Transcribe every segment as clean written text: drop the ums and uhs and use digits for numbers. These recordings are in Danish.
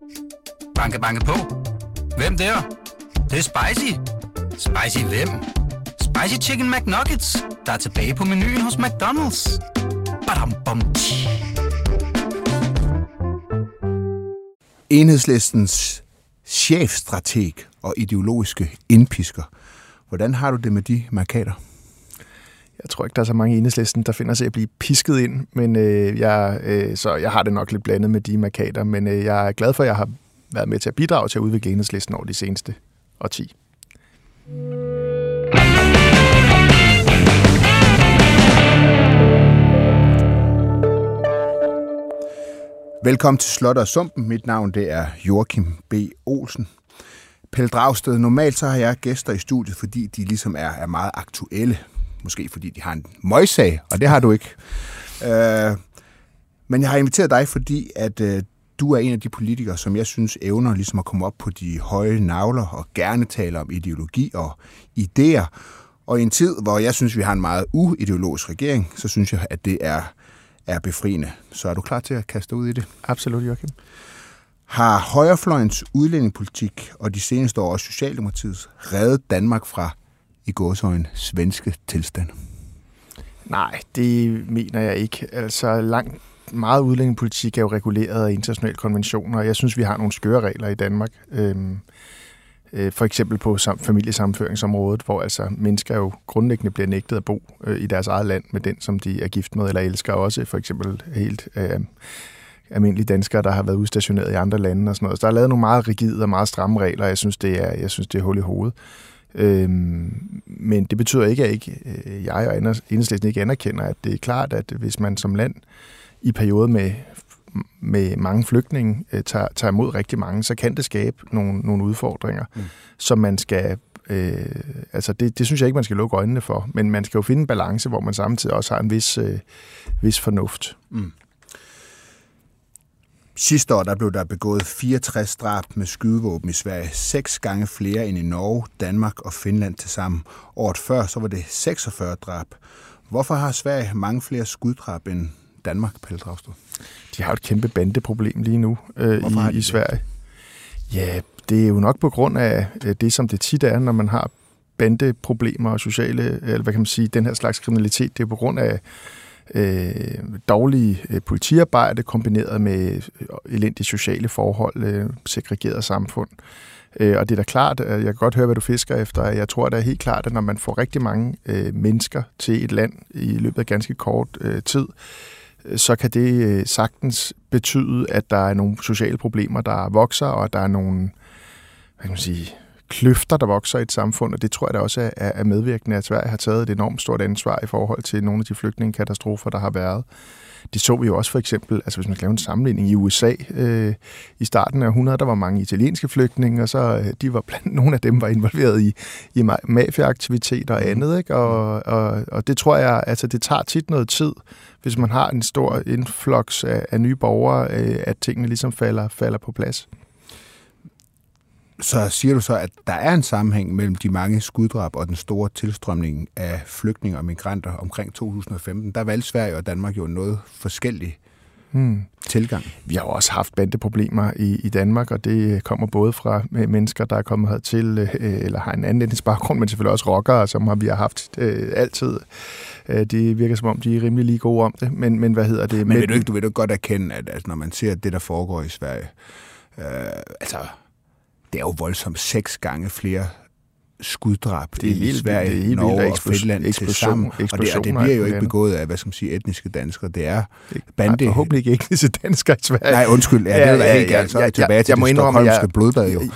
Banke, banke på. Hvem der? Det er spicy. Spicy hvem? Spicy Chicken McNuggets, der er tilbage på menuen hos McDonald's. Badum, bom, tji. Enhedslistens chefstrateg og ideologiske indpisker. Hvordan har du det med de markader? Jeg tror ikke, der er så mange i Enhedslisten, der finder sig at blive pisket ind, men så jeg har det nok lidt blandet med de markader, men jeg er glad for, at jeg har været med til at bidrage til at udvikle Enhedslisten over de seneste årti. Velkommen til Slot og Sumpen. Mit navn det er Joachim B. Olsen. Pelle Dragsted, normalt så har jeg gæster i studiet, fordi de ligesom er meget aktuelle. Måske fordi de har en møgsag, og det har du ikke. Men jeg har inviteret dig, fordi at du er en af de politikere, som jeg synes evner ligesom at komme op på de høje nagler og gerne taler om ideologi og idéer. Og i en tid, hvor jeg synes, vi har en meget uideologisk regering, så synes jeg, at det er befriende. Så er du klar til at kaste ud i det? Absolut, Joachim. Har højrefløjens udlændingepolitik og de seneste år Socialdemokratiets reddet Danmark fra i gåseøjne svenske tilstand? Nej, det mener jeg ikke. Altså meget udlændingepolitik er jo reguleret af internationale konventioner, og jeg synes, vi har nogle skøre regler i Danmark. For eksempel på familiesammenføringsområdet, hvor altså mennesker jo grundlæggende bliver nægtet at bo i deres eget land med den, som de er gift med eller elsker. Også for eksempel helt almindelige danskere, der har været udstationeret i andre lande og sådan noget. Så der er lavet nogle meget rigide og meget stramme regler, og jeg synes, det er hul i hovedet. Men det betyder ikke, at jeg og Enhedslisten ikke anerkender, at det er klart, at hvis man som land i perioder med mange flygtninge tager imod rigtig mange, så kan det skabe nogle udfordringer, som man skal... det synes jeg ikke, man skal lukke øjnene for, men man skal jo finde en balance, hvor man samtidig også har en vis fornuft. Mm. Sidste år der blev der begået 64 drab med skydevåben i Sverige, 6 gange flere end i Norge, Danmark og Finland tilsammen. Året før så var det 46 drab. Hvorfor har Sverige mange flere skuddrab end Danmark, Pelle Dragsted? De har et kæmpe bandeproblem lige nu i Sverige. Ja, det er jo nok på grund af det, som det tit er, når man har bandeproblemer og sociale, eller hvad kan man sige, den her slags kriminalitet. Det er på grund af dårlige politiarbejde kombineret med elendige sociale forhold, segregeret samfund. Og det er da klart, jeg kan godt høre, hvad du fisker efter. Jeg tror, det er helt klart, at når man får rigtig mange mennesker til et land i løbet af ganske kort tid, så kan det sagtens betyde, at der er nogle sociale problemer, der vokser, og der er nogle, hvad kan man sige, kløfter, der vokser i et samfund, og det tror jeg da også er medvirkende, at Sverige har taget et enormt stort ansvar i forhold til nogle af de flygtningekatastrofer, der har været. Det så vi jo også for eksempel, altså hvis man skal lave en sammenligning i USA i starten af århundredet, der var mange italienske flygtninge, og så nogle af dem var involveret i mafiaaktiviteter og andet, ikke? Og det tror jeg, altså det tager tit noget tid, hvis man har en stor influx af nye borgere, at tingene ligesom falder på plads. Så siger du så, at der er en sammenhæng mellem de mange skuddrab og den store tilstrømning af flygtninge og migranter omkring 2015. Der valgte Sverige og Danmark jo noget forskellig tilgang. Vi har jo også haft bandeproblemer i Danmark, og det kommer både fra mennesker, der er kommet hertil, eller har en anden etnisk baggrund, men selvfølgelig også rockere, som vi har haft altid. Det virker som om, de er rimelig lige gode om det. Men hvad hedder det? Men du vil godt erkende, at altså, når man ser det, der foregår i Sverige, det er jo voldsomt 6 gange flere skuddrab i Sverige, Norge og Finland til sammen. Og det bliver jo ikke begået af, hvad skal man sige, etniske danskere. Det er bande... Forhåbentlig ikke etniske danskere i Sverige. Nej, undskyld. Ja, det er helt galt. Så tilbage til det stokholmske blodbad jo.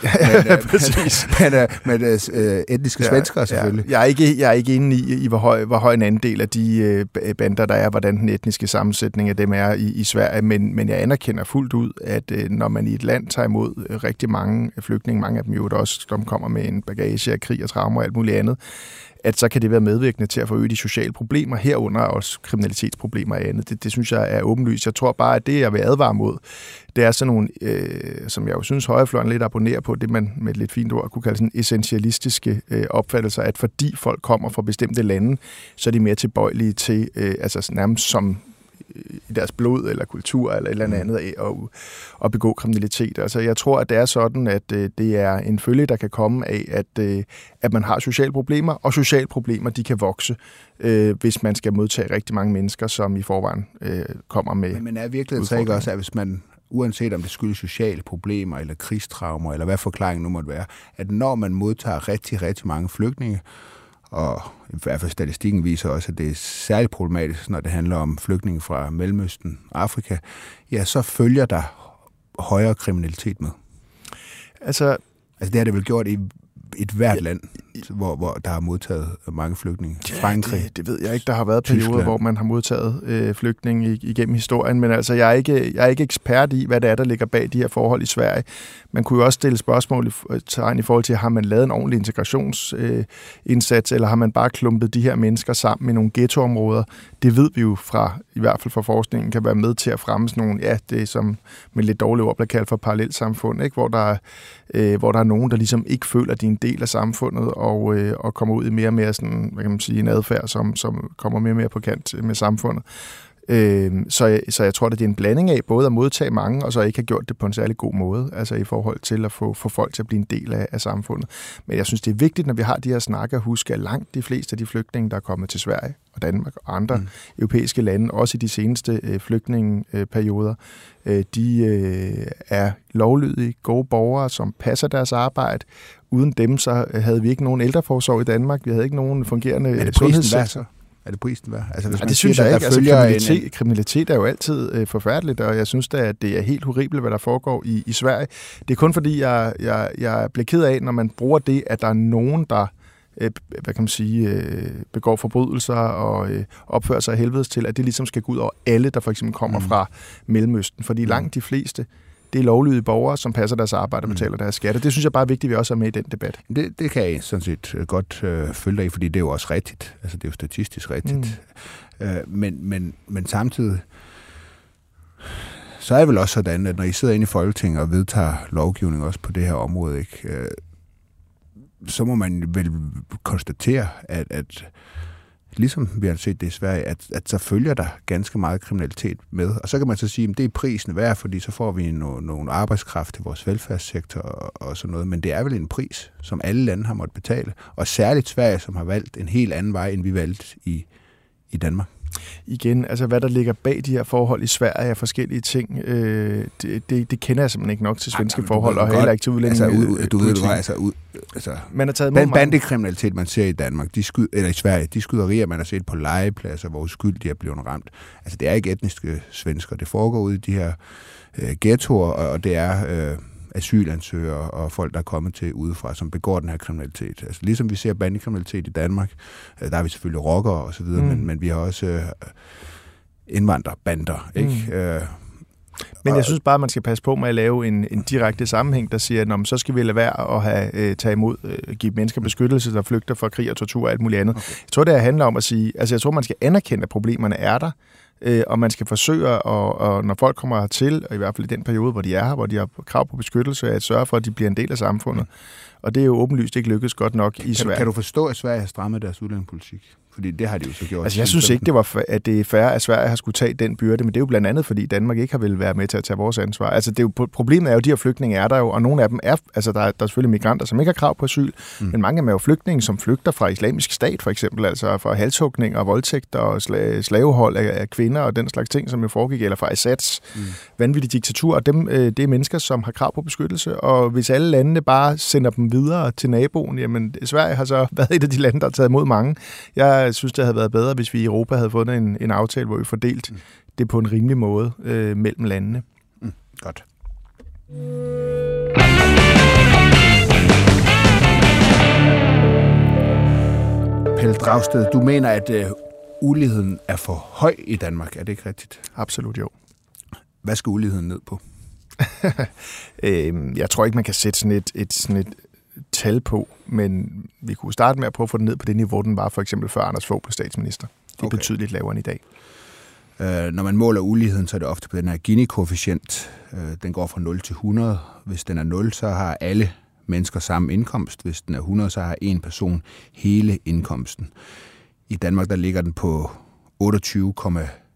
Men etniske svenskere selvfølgelig. Jeg er ikke inde i hvor høj en andel af de bander, der er, hvordan den etniske sammensætning af dem er i Sverige. Men jeg anerkender fuldt ud, at når man i et land tager imod rigtig mange flygtninge, mange af dem jo også, som kommer med en bagage af krig og traumer og alt muligt andet, at så kan det være medvirkende til at forøge de sociale problemer, herunder også kriminalitetsproblemer og andet. Det synes jeg er åbenlyst. Jeg tror bare, at det, jeg vil advare mod, det er sådan nogle, som jeg jo synes, højrefløjen lidt abonnerer på, det man med et lidt fint ord kunne kalde sådan essentialistiske opfattelser, at fordi folk kommer fra bestemte lande, så er de mere tilbøjelige til, altså nærmest som i deres blod eller kultur eller et eller andet af at begå kriminalitet. Altså jeg tror, at det er sådan, at det er en følge, der kan komme af, at man har sociale problemer, og sociale problemer, de kan vokse, hvis man skal modtage rigtig mange mennesker, som i forvejen kommer med. Men er virkelig så ikke også, at hvis man, uanset om det skyldes sociale problemer eller krigstraumer, eller hvad forklaringen nu måtte være, at når man modtager rigtig, rigtig mange flygtninge, og i hvert fald statistikken viser også, at det er særligt problematisk, når det handler om flygtninge fra Mellemøsten og Afrika, ja, så følger der højere kriminalitet med. Altså det har det vel gjort i et hvert land, hvor der har modtaget mange flygtninge. Frankrig. Det ved jeg ikke. Der har været perioder, hvor man har modtaget flygtninge igennem historien, men altså jeg er ikke ekspert i, hvad det er, der ligger bag de her forhold i Sverige. Man kunne jo også stille spørgsmål i forhold til, har man lavet en ordentlig integrationsindsats, eller har man bare klumpet de her mennesker sammen i nogle ghettoområder? Det ved vi jo i hvert fald fra forskningen, kan være med til at fremme sådan nogle, det som med lidt dårlige ord bliver kaldt for parallelsamfund, ikke? Hvor der er nogen, der ligesom ikke føler, at de er en del af samfundet, og kommer ud i mere og mere sådan, hvad kan man sige, en adfærd, som kommer mere og mere på kant med samfundet. Så jeg tror, at det er en blanding af både at modtage mange, og så ikke have gjort det på en særlig god måde, altså i forhold til at få folk til at blive en del af samfundet. Men jeg synes, det er vigtigt, når vi har de her snakker, at huske, at langt de fleste af de flygtninge, der er kommet til Sverige og Danmark og andre europæiske lande, også i de seneste flygtningeperioder, de er lovlydige, gode borgere, som passer deres arbejde. Uden dem, så havde vi ikke nogen ældreforsorg i Danmark. Vi havde ikke nogen fungerende sundhedssektor. Er det prisen værd? Altså, det synes jeg ikke. Altså, kriminalitet er jo altid forfærdeligt, og jeg synes da, at det er helt horribelt, hvad der foregår i Sverige. Det er kun fordi, jeg bliver ked af, når man bruger det, at der er nogen, der hvad kan man sige, begår forbrydelser og opfører sig af helvedes til, at det ligesom skal gå ud over alle, der for eksempel kommer fra Mellemøsten. Fordi langt de fleste, det er lovlydige borgere, som passer deres arbejde og betaler deres skatter. Det synes jeg bare er vigtigt, at vi også er med i den debat. Det kan jeg sådan set godt følge dig i, fordi det er jo også rigtigt. Altså, det er jo statistisk rigtigt. Men samtidig, så er det vel også sådan, at når I sidder inde i Folketinget og vedtager lovgivning også på det her område, ikke, så må man vel konstatere, at ligesom vi har set det i Sverige, at så følger der ganske meget kriminalitet med. Og så kan man så sige, at det er prisen værd, fordi så får vi nogle arbejdskraft til vores velfærdssektor og sådan noget. Men det er vel en pris, som alle lande har måttet betale. Og særligt Sverige, som har valgt en helt anden vej, end vi valgte i Danmark. Igen, altså hvad der ligger bag de her forhold i Sverige af forskellige ting, det kender jeg simpelthen ikke nok til svenske forhold, og heller ikke til udlændinge. Man har taget bandekriminalitet, man ser i Danmark, eller i Sverige, de skyderier, man har set på legepladser, hvor uskyldige er blevet ramt. Altså det er ikke etniske svensker, det foregår ude i de her ghettoer, og det er asylansøgere og folk, der er kommet til udefra, som begår den her kriminalitet. Altså ligesom vi ser bandekriminalitet i Danmark, der har vi selvfølgelig rockere og så videre, men vi har også indvandrerbander, ikke? Men jeg synes bare, at man skal passe på med at lave en direkte sammenhæng, der siger, at så skal vi lade være at tage imod, give mennesker beskyttelse, der flygter fra krig og tortur og alt muligt andet. Okay. Jeg tror, det handler om at sige, altså jeg tror, man skal anerkende, at problemerne er der, og man skal forsøge, og når folk kommer hertil, og i hvert fald i den periode, hvor de er her, hvor de har krav på beskyttelse, at sørge for, at de bliver en del af samfundet. Og det er jo åbenlyst ikke lykkedes godt nok i Sverige. Kan du forstå, at Sverige har strammet deres udlændingepolitik? Fordi det har de jo så gjort. Altså jeg synes ikke, at det er fair, at Sverige har skulle tage den byrde, men det er jo blandt andet, fordi Danmark ikke har vel været med til at tage vores ansvar. Altså det er jo, problemet er jo, at de her flygtninge er der jo, og nogle af dem er, altså der er selvfølgelig migranter, som ikke har krav på asyl, men mange af dem er jo flygtninge, som flygter fra Islamisk Stat for eksempel, altså fra halshugning og voldtægter og slavehold af kvinder og den slags ting, som jo foregik, eller fra Assads vanvittige diktatur, og dem, det er mennesker, som har krav på beskyttelse, og hvis alle landene bare sender dem videre til naboen, jamen Sverige har så været et af de lande, der har taget imod mange. Jeg synes, det havde været bedre, hvis vi i Europa havde fundet en aftale, hvor vi fordelt det på en rimelig måde mellem landene. Godt. Pelle Dragsted, du mener, at uligheden er for høj i Danmark. Er det ikke rigtigt? Absolut jo. Hvad skal uligheden ned på? Jeg tror ikke, man kan sætte sådan et tal på, men vi kunne starte med at prøve at få den ned på det niveau, den var for eksempel før Anders Fogh blev statsminister. Det er betydeligt lavere end i dag. Når man måler uligheden, så er det ofte på den her Gini-koefficient. Den går fra 0 til 100. Hvis den er 0, så har alle mennesker samme indkomst. Hvis den er 100, så har en person hele indkomsten. I Danmark, der ligger den på 28,7.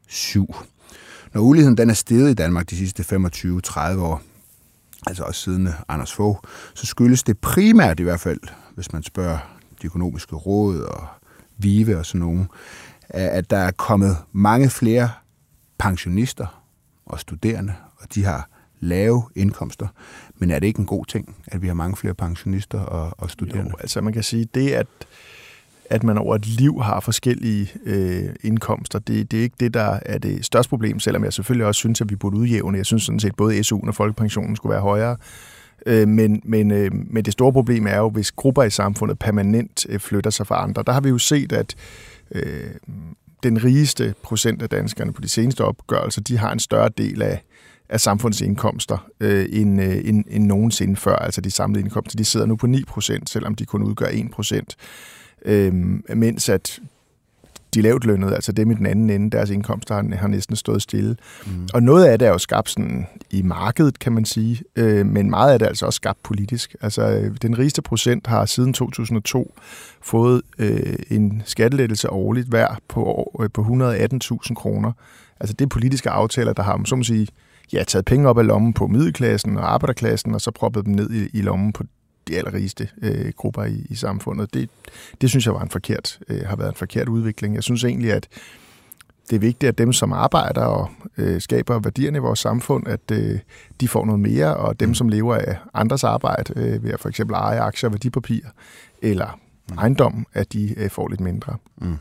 Når uligheden den er steget i Danmark de sidste 25-30 år, altså også siden Anders Fogh, så skyldes det primært i hvert fald, hvis man spørger de økonomiske råd og VIVE og sådan nogen, at der er kommet mange flere pensionister og studerende, og de har lave indkomster. Men er det ikke en god ting, at vi har mange flere pensionister og studerende? Jo, altså man kan sige, det at man over et liv har forskellige indkomster, det er ikke det, der er det største problem, selvom jeg selvfølgelig også synes, at vi burde udjævne. Jeg synes sådan set, både SU'en og folkepensionen skulle være højere. Men det store problem er jo, hvis grupper i samfundet permanent flytter sig fra andre. Der har vi jo set, at den rigeste procent af danskerne på de seneste opgørelser, de har en større del af samfundets indkomster end nogensinde før. Altså de samlede indkomster, de sidder nu på 9%, selvom de kun udgør 1%. Mens at de lavtlønnede, altså dem i den anden ende, deres indkomster har næsten stået stille. Og noget af det er jo skabt sådan i markedet, kan man sige, men meget af det er altså også skabt politisk. Altså den rigeste procent har siden 2002 fået en skattelettelse årligt hver på 118.000 kroner. Altså det er politiske aftaler, der har, så må sige, taget penge op af lommen på middelklassen og arbejderklassen, og så proppet dem ned i lommen på de allerrigeste grupper i samfundet. Det synes jeg har været en forkert udvikling. Jeg synes egentlig, at det er vigtigt, at dem, som arbejder og skaber værdierne i vores samfund, at de får noget mere, og dem, som lever af andres arbejde, ved at for eksempel eje aktier, værdipapirer eller ejendom, at de får lidt mindre.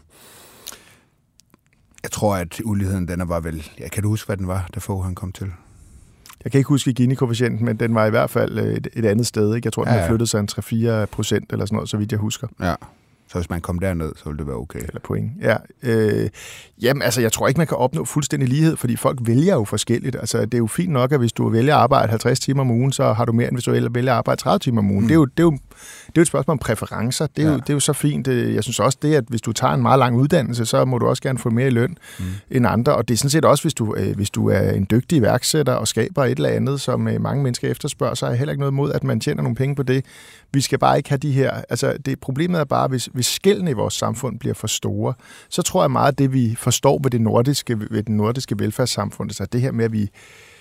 Jeg tror, at uligheden, den var vel... Kan du huske, hvad den var, da Fogh han kom til? Jeg kan ikke huske Gini-koefficienten, men den var i hvert fald et andet sted. Ikke? Jeg tror, den har flyttet sig en 3-4% eller sådan noget, så vidt jeg husker. Ja, så hvis man kom derned, så ville det være okay. Eller point, ja. Jamen, altså, jeg tror ikke, man kan opnå fuldstændig lighed, fordi folk vælger jo forskelligt. Altså, det er jo fint nok, at hvis du vælger at arbejde 50 timer om ugen, så har du mere, end hvis du vælger at arbejde 30 timer om ugen. Det er jo et spørgsmål om præferencer. Det er jo så fint. Jeg synes også det, at hvis du tager en meget lang uddannelse, så må du også gerne få mere i løn end andre. Og det er sådan set også, hvis du er en dygtig iværksætter og skaber et eller andet, som mange mennesker efterspørger, så er jeg heller ikke noget imod, at man tjener nogle penge på det. Vi skal bare ikke have de her... Altså, problemet er bare, hvis skellene i vores samfund bliver for store, så tror jeg meget, at det, vi forstår ved den nordiske velfærdssamfund, så det her med, at vi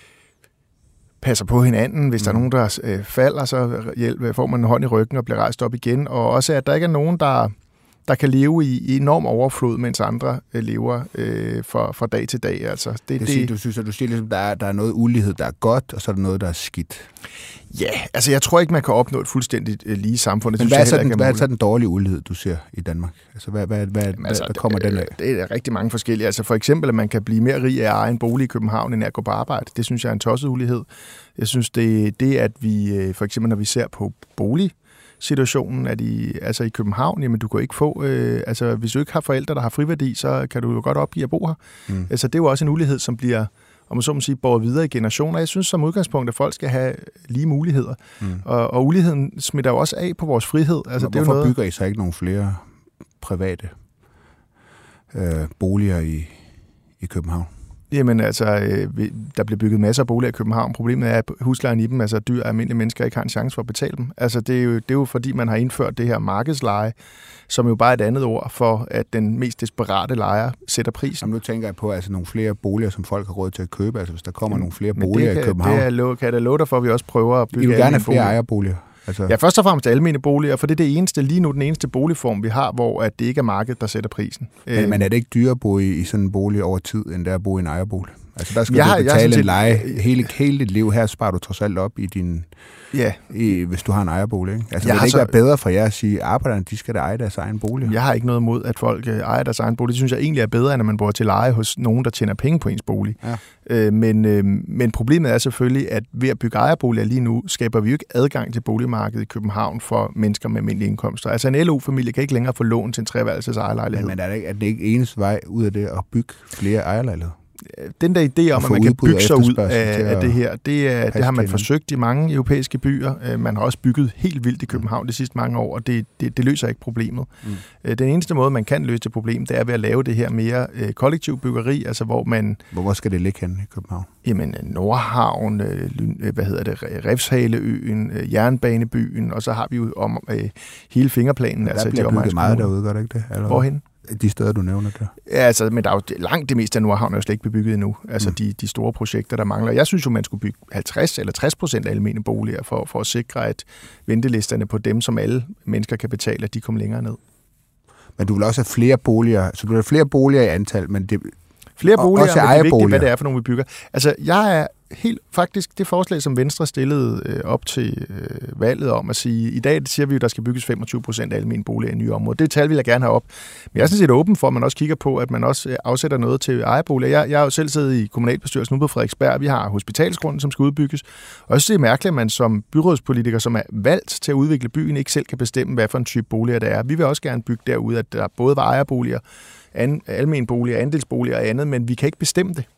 passer på hinanden. Hvis der er nogen, der falder, så får man en hånd i ryggen og bliver rejst op igen. Og også, at der ikke er nogen, der kan leve i enorm overflod, mens andre lever fra dag til dag. Altså, du siger ligesom, der er noget ulighed, der er godt, og så er der noget, der er skidt. Ja, altså jeg tror ikke, man kan opnå et fuldstændigt lige samfund. Men hvad er så den dårlige ulighed, du ser i Danmark? Altså, hvad kommer den af? Det er rigtig mange forskellige. Altså for eksempel, at man kan blive mere rig af at eje en bolig i København, end at gå på arbejde. Det synes jeg er en tosset ulighed. Jeg synes, det at vi, for eksempel når vi ser på boligsituationen, altså i København, jamen du kan ikke få, altså hvis du ikke har forældre, der har friværdi, så kan du jo godt opgive at bo her. Altså det er jo også en ulighed, som bliver, om man så må sige, båret videre i generationer. Jeg synes som udgangspunkt, at folk skal have lige muligheder. Og uligheden smitter jo også af på vores frihed. Altså, hvorfor bygger I så ikke nogle flere private boliger i København? Jamen altså, der bliver bygget masser af boliger i København. Problemet er, at huslejen i dem, altså dyr og almindelige mennesker, ikke har en chance for at betale dem. Altså det er jo fordi, man har indført det her markedsleje, som jo bare er et andet ord for, at den mest desperate lejer sætter prisen. Jamen nu tænker jeg på altså nogle flere boliger, som folk har råd til at købe. Altså hvis der kommer nogle flere boliger i København. Kan jeg da love dig for, at vi også prøver at bygge. I vil gerne have flere ejerboliger. Altså... Ja, først og fremmest almene boliger, for det er den eneste boligform, vi har, hvor at det ikke er markedet, der sætter prisen. Men er det ikke dyrere at bo i sådan en bolig over tid, end der at bo i en ejerbolig? Altså der skal du betale en leje hele dit liv. Her sparer du trods alt op i din... Ja. Hvis du har en ejerbolig, ikke? Altså vil det ikke være bedre for jer at sige, at arbejderne, de skal da eje deres egen bolig? Jeg har ikke noget imod, at folk ejer deres egen bolig. Det synes jeg egentlig er bedre, end at man bor til leje hos nogen, der tjener penge på ens bolig. Ja. Men problemet er selvfølgelig, at ved at bygge ejerboliger lige nu, skaber vi jo ikke adgang til boligmarkedet i København for mennesker med almindelige indkomster. Altså en LO-familie kan ikke længere få lån til en treværelses ejerlejlighed. Men er det ikke eneste vej ud af det at bygge flere ejerlejligheder? Den der idé om, at man kan bygge sig ud af det her, det har man forsøgt i mange europæiske byer. Man har også bygget helt vildt i København de sidste mange år, og det løser ikke problemet. Den eneste måde, man kan løse det problem, det er ved at lave det her mere kollektiv byggeri, altså hvor man... Hvor skal det ligge henne i København? Jamen, Nordhavn, Refshaleøen, Jernbanebyen, og så har vi jo om hele fingerplanen. Der bliver bygget meget derude, gør det ikke det? Hvorhen? de steder, du nævner der? Ja, altså, men der er jo langt det meste af Nordhavn er jo slet ikke bebygget endnu. Altså de store projekter, der mangler. Jeg synes jo, man skulle bygge 50 eller 60% af almene boliger for at sikre, at ventelisterne på dem, som alle mennesker kan betale, at de kommer længere ned. Men du vil også have flere boliger, så du vil have flere boliger i antal, men det... Flere boliger, også men det er vigtigt, hvad det er for nogle, vi bygger. Altså, jeg er helt faktisk det forslag, som Venstre stillede op til valget om at sige, i dag siger vi jo, at der skal bygges 25% af almene boliger i nye områder. Det tal vil jeg gerne have op. Men jeg er sådan set åben for, at man også kigger på, at man også afsætter noget til ejerboliger. Jeg har jo selv siddet i kommunalbestyrelsen nu på Frederiksberg. Vi har hospitalsgrunden, som skal udbygges. Og jeg synes, det er mærkeligt, at man som byrådspolitiker, som er valgt til at udvikle byen, ikke selv kan bestemme, hvad for en type boliger det er. Vi vil også gerne bygge derude, at der både var ejerboliger, almene boliger, andelsboliger og andet, men vi kan ikke bestemme det.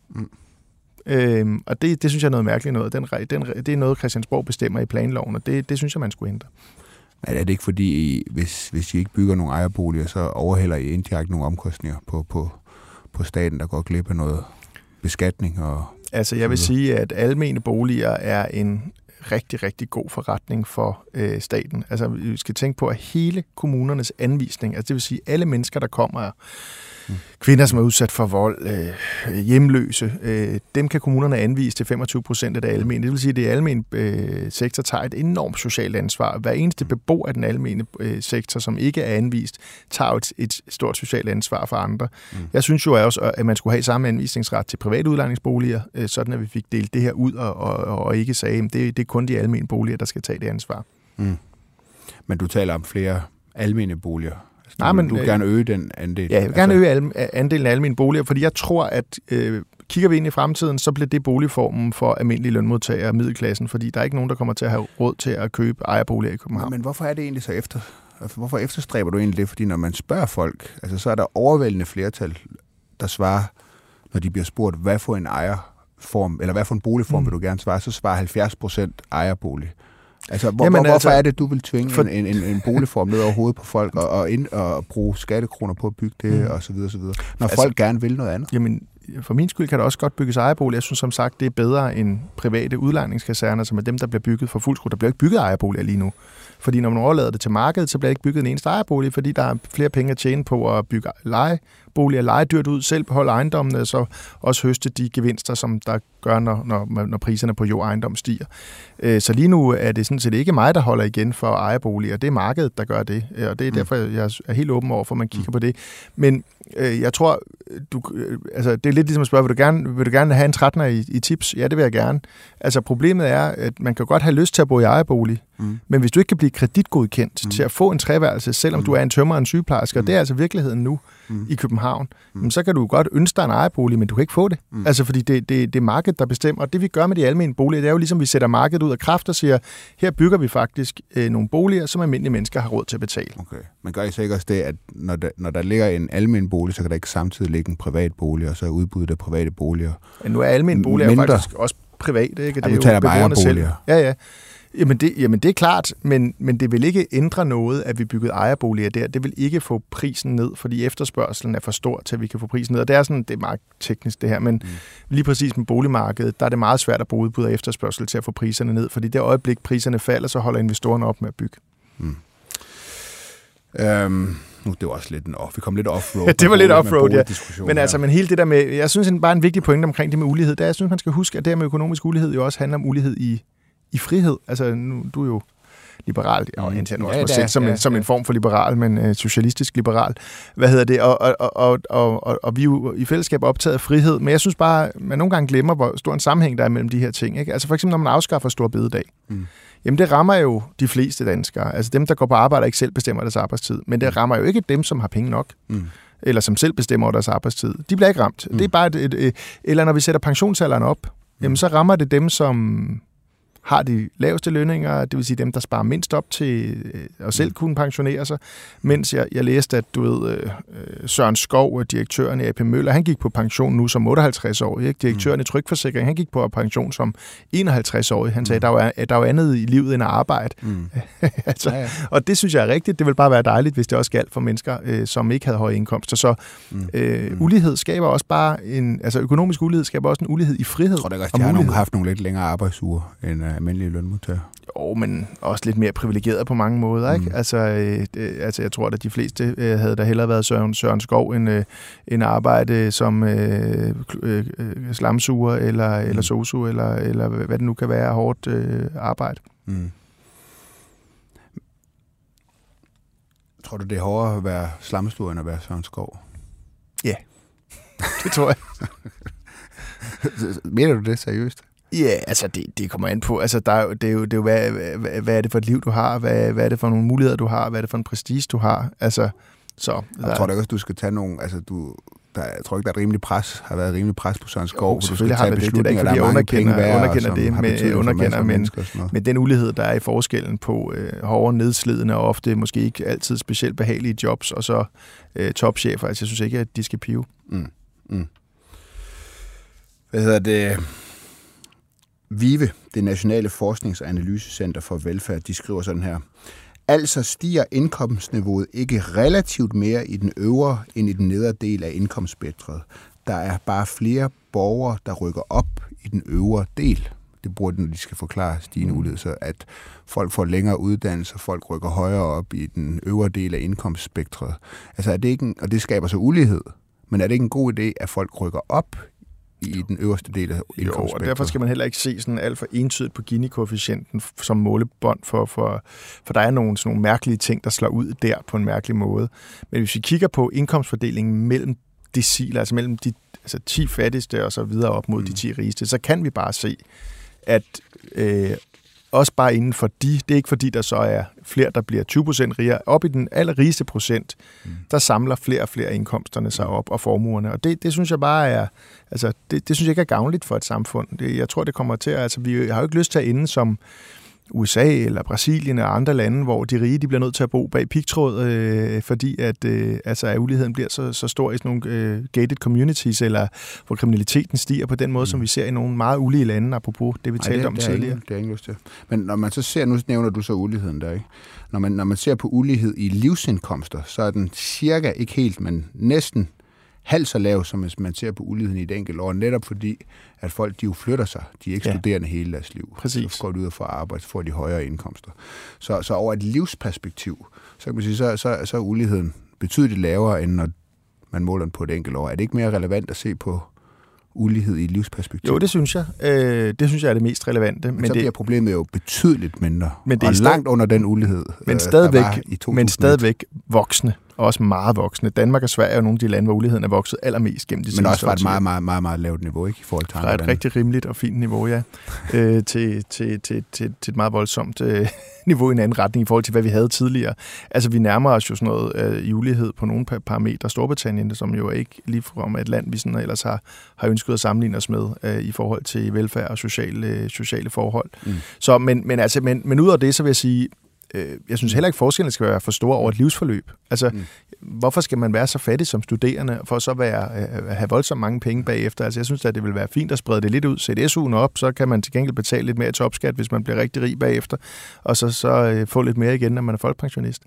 Og det synes jeg er noget mærkeligt noget. Det er noget, Christiansborg bestemmer i planloven, og det synes jeg, man skulle ændre. Men er det ikke fordi, hvis I ikke bygger nogle ejerboliger, så overhælder I indirekte nogle omkostninger på staten, der går glip af noget beskatning? Altså jeg vil sige, at almene boliger er en rigtig, rigtig god forretning for staten. Altså vi skal tænke på, at hele kommunernes anvisning, altså det vil sige alle mennesker, der kommer, kvinder, som er udsat for vold, hjemløse, dem kan kommunerne anvise til 25% af det almene. Det vil sige, at det almene sektor tager et enormt socialt ansvar. Hver eneste beboer af den almene sektor, som ikke er anvist, tager et stort socialt ansvar for andre. Jeg synes jo også, at man skulle have samme anvisningsret til private udlejningsboliger, sådan at vi fik delt det her ud og ikke sagde, at det er kun de almene boliger, der skal tage det ansvar. Men du taler om flere almene boliger. Nej, men du vil gerne øge den andel. Ja, jeg vil gerne øge andelen af almene boliger, fordi jeg tror, at kigger vi ind i fremtiden, så bliver det boligformen for almindelige lønmodtagere og middelklassen, fordi der er ikke nogen, der kommer til at have råd til at købe ejerboliger i København. Men hvorfor er det egentlig så hvorfor efterstræber du egentlig det? Fordi når man spørger folk, altså så er der overvældende flertal, der svarer, når de bliver spurgt, hvad for en ejerform, eller hvad for en boligform vil du gerne svare, så svarer 70% ejerbolig. Altså, hvorfor er det, du vil tvinge en boligform ned over hovedet på folk og bruge skattekroner på at bygge det, og så videre, så videre, når folk gerne vil noget andet? Jamen, for min skyld kan der også godt bygges ejerbolig. Jeg synes som sagt, det er bedre end private udlejningskaserner, som er dem, der bliver bygget for fuld skrue. Der bliver ikke bygget ejerboliger lige nu. Fordi når man overlader det til markedet, så bliver ikke bygget en eneste ejerbolig, fordi der er flere penge at tjene på at bygge lejeboliger, leje dyrt ud, selv beholde ejendommene, så også høste de gevinster, som der gør, når priserne på jordejendom stiger. Så lige nu er det sådan set ikke mig, der holder igen for ejerboliger. Det er markedet, der gør det, og det er derfor, jeg er helt åben over for, at man kigger på det. Men jeg tror, altså, det er lidt ligesom at spørge, vil du gerne have en 13'er i tips? Ja, det vil jeg gerne. Altså problemet er, at man kan godt have lyst til at bo i ejerbolig, men hvis du ikke kan blive kreditgodkendt til at få en treværelse, selvom du er en tømrer og en sygeplejerske, og det er altså virkeligheden nu i København, så kan du godt ønske dig en ejerbolig, men du kan ikke få det. Altså fordi det er markedet, der bestemmer, og det vi gør med de almene boliger, det er jo ligesom, vi sætter markedet ud af kraft og siger, her bygger vi faktisk nogle boliger, som almindelige mennesker har råd til at betale. Okay. Men gør I så ikke også det, at når der ligger en almen bolig, så kan der ikke samtidig ligge en privat bolig, og så er udbuddet af private boliger? Ja, nu er almen boliger faktisk også private, ikke? Det er jo beboerne selv. Ja. Jamen det er klart, men det vil ikke ændre noget, at vi byggede ejerboliger der. Det vil ikke få prisen ned, fordi efterspørgselen er for stor til, at vi kan få prisen ned. Og det er meget teknisk det her, men lige præcis med boligmarkedet, der er det meget svært at bruge udbud af efterspørgsel til at få priserne ned, fordi det øjeblik, priserne falder, så holder investorerne op med at bygge. Nu det var også lidt vi kom lidt off-road. Det var lidt off-road, ja. Men altså, men hele det der med, jeg synes bare en vigtig pointe omkring det med ulighed, der jeg synes, man skal huske, at det med økonomisk ulighed jo også handler om ulighed i frihed. Altså, nu, du er jo liberal, og indtil nu også selv som en form for liberal, men socialistisk liberal. Hvad hedder det? Og vi er jo i fællesskab optaget af frihed, men jeg synes bare, man nogle gange glemmer, hvor stor en sammenhæng der er mellem de her ting. Ikke? Altså for eksempel, når man afskaffer store bededag. Jamen det rammer jo de fleste danskere. Altså dem, der går på arbejde og ikke selv bestemmer deres arbejdstid. Men det rammer jo ikke dem, som har penge nok. Eller som selv bestemmer over deres arbejdstid. De bliver ikke ramt. Det er bare eller når vi sætter pensionsalderen op, jamen så rammer det dem, som har de laveste lønninger, det vil sige dem, der sparer mindst op til at selv kunne pensionere sig. Mens jeg læste, at Søren Skov, direktøren i AP Møller, han gik på pension nu som 58-årig. Ikke? Direktøren i Trygforsikring, han gik på pension som 51-årig. Han sagde, at der er jo andet i livet end at arbejde. Altså, ja. Og det synes jeg er rigtigt. Det vil bare være dejligt, hvis det også galt for mennesker, som ikke havde høje indkomster. Så ulighed skaber også bare økonomisk ulighed skaber også en ulighed i frihed. Jeg tror da også, de har haft nogle lidt længere arbejdsuger end almindelige lønmodtagere. men også lidt mere privilegeret på mange måder, ikke? Altså, jeg tror, at de fleste havde da hellere været Søren Skov end arbejde som slamsuger eller sosu, eller hvad det nu kan være, hårdt arbejde. Mm. Tror du, det er hårdere at være slamsuger, end at være Søren Skov? Ja, det tror jeg. Mener du det seriøst? Ja, altså det kommer an på. Altså det er jo hvad er det for et liv, du har? Hvad er det for nogle muligheder, du har? Hvad er det for en prestige, du har? Altså, så... Jeg tror da også, du skal tage nogle... Altså, jeg tror ikke, der er rimelig pres. Har været rimelig pres på Søren Skov. Jo, selvfølgelig har det. Det er ikke, fordi jeg underkender det. Men den ulighed, der er i forskellen på hårde, nedslidende og ofte måske ikke altid specielt behagelige jobs, og så topchefer. Altså, jeg synes ikke, at de skal pive. Hvad hedder det? VIVE, det Nationale Forsknings- og Analysecenter for Velfærd, de skriver sådan her. Altså stiger indkomstniveauet ikke relativt mere i den øvre end i den nedre del af indkomstspektret. Der er bare flere borgere, der rykker op i den øvre del. Det bruger de, når de skal forklare stigende ulighed, så at folk får længere uddannelse, folk rykker højere op i den øvre del af indkomstspektret. Altså er det ikke og det skaber så ulighed, men er det ikke en god idé, at folk rykker op i den øverste del af indkomstspektret? Jo, og derfor skal man heller ikke se sådan alt for entydigt på Gini-koefficienten som målebånd, for der er sådan nogle mærkelige ting, der slår ud der på en mærkelig måde. Men hvis vi kigger på indkomstfordelingen mellem deciler, altså mellem de 10 fattigste og så videre op mod de 10 rigeste, så kan vi bare se, at også bare inden for det er ikke fordi, der så er flere, der bliver 20% rigere. Op i den allerrigeste procent, der samler flere og flere indkomsterne sig op og formuerne. Og det synes jeg bare er, altså det synes jeg ikke er gavnligt for et samfund. Jeg tror, det kommer til at, altså vi har jo ikke lyst til at ende som USA eller Brasilien og andre lande, hvor de rige de bliver nødt til at bo bag pigtråd, fordi at uligheden bliver så stor i sådan nogle gated communities, eller hvor kriminaliteten stiger på den måde, som vi ser i nogle meget ulige lande, apropos det, vi talte om tidligere. Det er ikke lyst til. Men når man så ser, nu nævner du så uligheden der, ikke? Når man ser på ulighed i livsindkomster, så er den cirka, ikke helt, men næsten halvt så lav, som hvis man ser på uligheden i et enkelt år, netop fordi, at folk de jo flytter sig. De er ikke studerende hele deres liv. Præcis. Så går de ud og får arbejde, så får de højere indkomster. Så over et livsperspektiv, så kan man sige, så er uligheden betydeligt lavere, end når man måler den på et enkelt år. Er det ikke mere relevant at se på ulighed i livsperspektiv? Jo, det synes jeg. Det synes jeg er det mest relevante. Men så bliver problemet jo betydeligt mindre, og langt under den ulighed, der var i 2000. Men stadigvæk voksne, og også meget voksne. Danmark og Sverige er jo nogle af de lande, hvor uligheden er vokset allermest gennem de sidste år. Men også fra et meget, meget, meget, meget lavt niveau, ikke? I forhold til fra et rigtig rimeligt og fint niveau, ja. til et meget voldsomt niveau i en anden retning i forhold til, hvad vi havde tidligere. Altså, vi nærmer os jo sådan noget i ulighed på nogle parametre. Storbritannien, som jo ikke ligefrem et land, vi sådan ellers har ønsket at sammenligne os med i forhold til velfærd og sociale forhold. Så, men ud af det, så vil jeg sige, jeg synes heller ikke, forskellen skal være for stor over et livsforløb. Altså, hvorfor skal man være så fattig som studerende, for så have voldsomt mange penge bagefter? Altså, jeg synes, at det vil være fint at sprede det lidt ud, sætte SU'en op, så kan man til gengæld betale lidt mere i topskat, hvis man bliver rigtig rig bagefter, og så få lidt mere igen, når man er folkepensionist.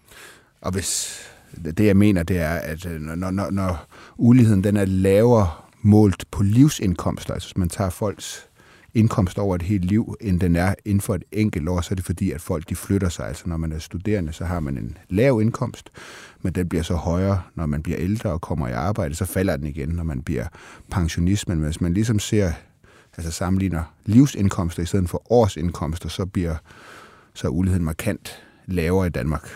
Og hvis det, jeg mener, det er, at når uligheden den er lavere målt på livsindkomster, altså hvis man tager folks indkomst over et helt liv, end den er inden for et enkelt år, så er det fordi, at folk de flytter sig. Altså når man er studerende, så har man en lav indkomst, men den bliver så højere, når man bliver ældre og kommer i arbejde, så falder den igen, når man bliver pensionist. Men hvis man ligesom sammenligner livsindkomster i stedet for årsindkomster, så er uligheden markant lavere i Danmark.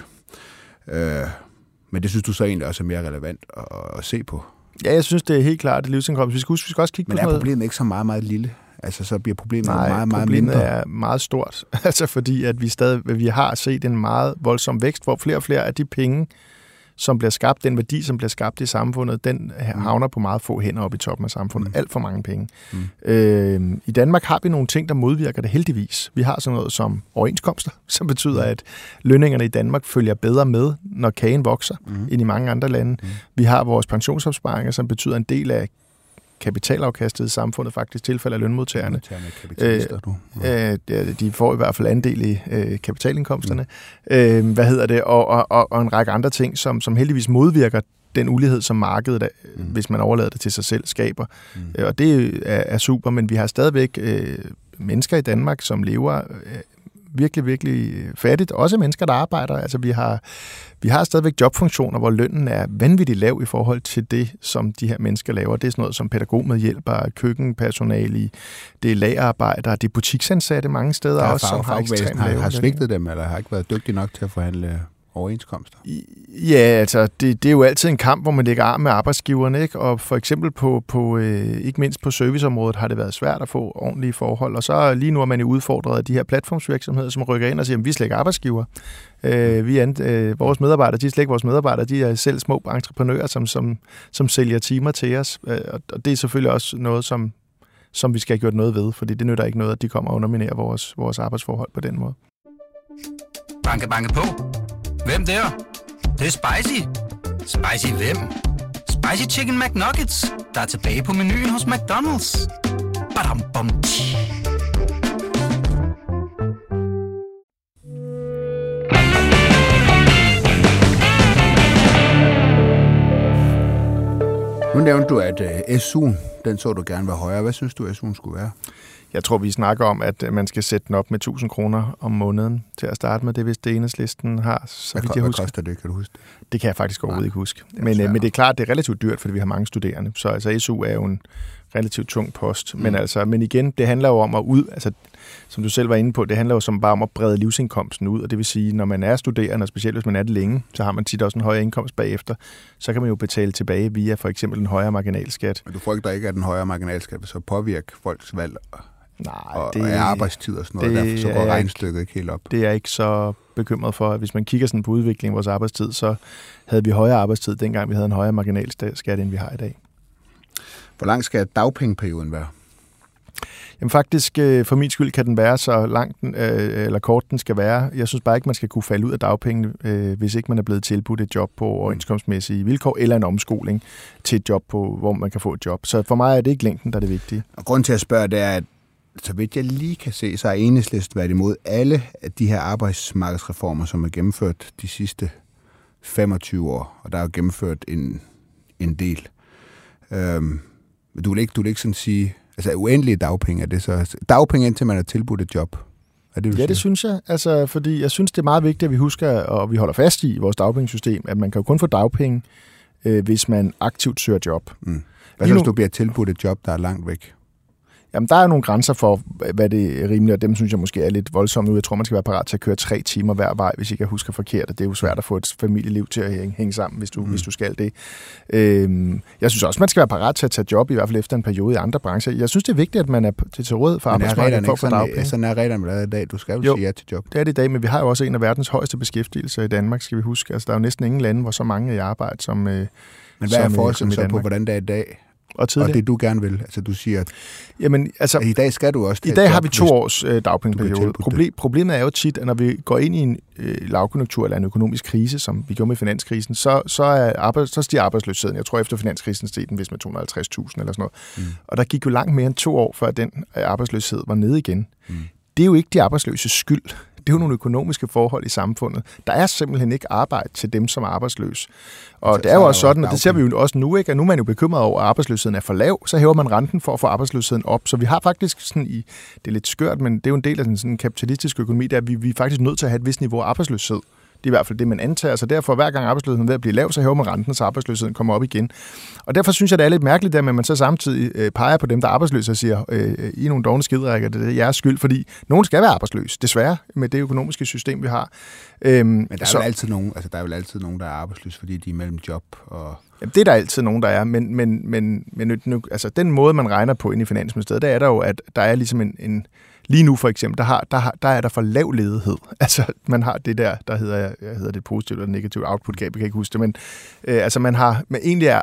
Men det synes du så egentlig også er mere relevant at se på? Ja, jeg synes, det er helt klart, at livsindkomst. Vi skal også kigge på noget. Men er problemet ikke så meget, meget lille? Altså, så bliver problemet meget, meget mindre. Problemet er meget stort. Altså, fordi at vi har set en meget voldsom vækst, hvor flere og flere af de penge, som bliver skabt, den værdi, som bliver skabt i samfundet, den havner på meget få hænder op i toppen af samfundet. Alt for mange penge. I Danmark har vi nogle ting, der modvirker det heldigvis. Vi har sådan noget som overenskomster, som betyder, at lønningerne i Danmark følger bedre med, når kagen vokser, end i mange andre lande. Vi har vores pensionsopsparinger, som betyder en del af kapitalafkastet i samfundet faktisk tilfælder lønmodtagerne. De får i hvert fald andel i kapitalindkomsterne. Og en række andre ting, som heldigvis modvirker den ulighed, som markedet, hvis man overlader det til sig selv, skaber. Og det er super, men vi har stadigvæk mennesker i Danmark, som lever virkelig, virkelig fattigt. Også mennesker, der arbejder. Altså vi har stadigvæk jobfunktioner, hvor lønnen er vanvittigt lav i forhold til det, som de her mennesker laver. Det er sådan noget som pædagogmedhjælpere, køkkenpersonale, det er lagerarbejdere, det er butiksansatte mange steder der også, som har ekstremt lave. Har svigtet dem, eller har ikke været dygtige nok til at forhandle overenskomster? Ja, altså det er jo altid en kamp, hvor man lægger arm med arbejdsgiverne, ikke? Og for eksempel på ikke mindst på serviceområdet har det været svært at få ordentlige forhold, og så lige nu er man jo udfordret af de her platformsvirksomheder, som rykker ind og siger, at vi er slet ikke arbejdsgiver. Vores medarbejdere, de er slet ikke vores medarbejdere, de er selv små entreprenører, som sælger timer til os, og det er selvfølgelig også noget, som vi skal have gjort noget ved, fordi det nytter ikke noget, at de kommer og underminerer vores arbejdsforhold på den måde. Banke, banke på. Hvem der? Det er spicy. Spicy hvem? Spicy Chicken McNuggets, der er tilbage på menuen hos McDonald's. Badum, bom, tji. Nu nævnte du, at SU'en, den så du gerne være højere. Hvad synes du, SU'en skulle være? Jeg tror, vi snakker om, at man skal sætte den op med 1.000 kroner om måneden til at starte med. Det hvis det Enhedslisten har, så vidt jeg husker. Hvad koster det, kan du huske? Det kan jeg faktisk overhovedet ikke huske. Men det er klart, det er relativt dyrt, fordi vi har mange studerende. Så altså, SU er jo en relativt tung post. Men igen, det handler jo om som du selv var inde på, det handler jo som bare om at brede livsindkomsten ud. Og det vil sige, når man er studerende, og specielt hvis man er det længe, så har man tit også en højere indkomst bagefter. Så kan man jo betale tilbage via for eksempel en højere marginalskat. Men du frygter ikke, at den højere marginalskat vil så påvirke folks valg? Nej, og arbejdstid og sådan noget, derfor så går regnstykket ikke helt op. Det er jeg ikke så bekymret for. Hvis man kigger sådan på udviklingen af vores arbejdstid, så havde vi højere arbejdstid, dengang vi havde en højere marginalskat, end vi har i dag. Hvor lang skal dagpengeperioden være? Jamen faktisk, for min skyld kan den være så lang eller kort den skal være. Jeg synes bare ikke, man skal kunne falde ud af dagpengene, hvis ikke man er blevet tilbudt et job på overenskomstmæssige vilkår, eller en omskoling til et job, hvor man kan få et job. Så for mig er det ikke længden, der er det vigtige. Og grunden til at spørge, det er, at så vidt jeg lige kan se, så har Enhedslisten været imod alle af de her arbejdsmarkedsreformer, som er gennemført de sidste 25 år, og der er jo gennemført en del. Du vil ikke sådan sige, altså uendelige dagpenge, er det så dagpenge indtil man er tilbudt et job? Det synes jeg. Altså, fordi jeg synes, det er meget vigtigt, at vi husker, og vi holder fast i vores dagpengesystem, at man kan jo kun få dagpenge, hvis man aktivt søger job. Hvad så, hvis du bliver tilbudt et job, der er langt væk? Jamen, der er nogle grænser for, hvad det er rimeligt, og dem synes jeg måske er lidt voldsomt nu. Jeg tror, man skal være parat til at køre 3 timer hver vej, hvis ikke jeg husker forkert. Det er jo svært at få et familieliv til at hænge sammen, hvis du skal det. Jeg synes også, man skal være parat til at tage job, i hvert fald efter en periode i andre brancher. Jeg synes, det er vigtigt, at man er til råd for arbejdsmarkedet for at få dagpenge. Sådan er reglerne lavet i dag. Du skal jo sige ja til job. Det er det i dag, men vi har jo også en af verdens højeste beskæftigelser i Danmark, skal vi huske. Altså, der er jo næsten ingen lande, hvor så mange er i arbejde som Men hvad er forskellen så på, hvordan det er i dag? Og det du gerne vil, altså du siger, at jamen, altså, i dag skal du også. I dag har vi 2 års dagpengeperiode. Problemet er jo tit, at når vi går ind i en lavkonjunktur eller en økonomisk krise, som vi gjorde med finanskrisen, så stiger arbejdsløsheden. Jeg tror, efter finanskrisen steg den vist med 250.000 eller sådan noget. Og der gik jo langt mere end 2 år, før den arbejdsløshed var nede igen. Det er jo ikke de arbejdsløses skyld. Det er jo nogle økonomiske forhold i samfundet. Der er simpelthen ikke arbejde til dem, som er arbesløse. Og det er jo også sådan, og det ser vi jo også nu, ikke? At nu er man jo bekymret over, at arbejdsløsheden er for lav, så hæver man renten for at få arbejdsløsheden op. Så vi har faktisk sådan det er lidt skørt, men det er jo en del af sådan en kapitalistisk økonomi, der vi er faktisk nødt til at have et vist niveau af arbejdsløshed. Det er i hvert fald det, man antager. Så derfor, hver gang arbejdsløsheden er ved at blive lav, så hæver man renten, så arbejdsløsheden kommer op igen. Og derfor synes jeg, det er lidt mærkeligt, at man så samtidig peger på dem, der er arbejdsløse og siger, I er nogle dovne skidrækker, det er jeres skyld, fordi nogen skal være arbejdsløse, desværre, med det økonomiske system, vi har. Men der er vel altid nogen, der er arbejdsløse, fordi de er mellem job og... Jamen, det er der altid nogen, der er, men nu, altså, den måde, man regner på inde i Finansministeriet, der er der jo, at der er ligesom en lige nu for eksempel, der er der for lav ledighed. Altså, man har det der hedder det positivt og negativt output gab, jeg kan ikke huske det, men altså man har, men egentlig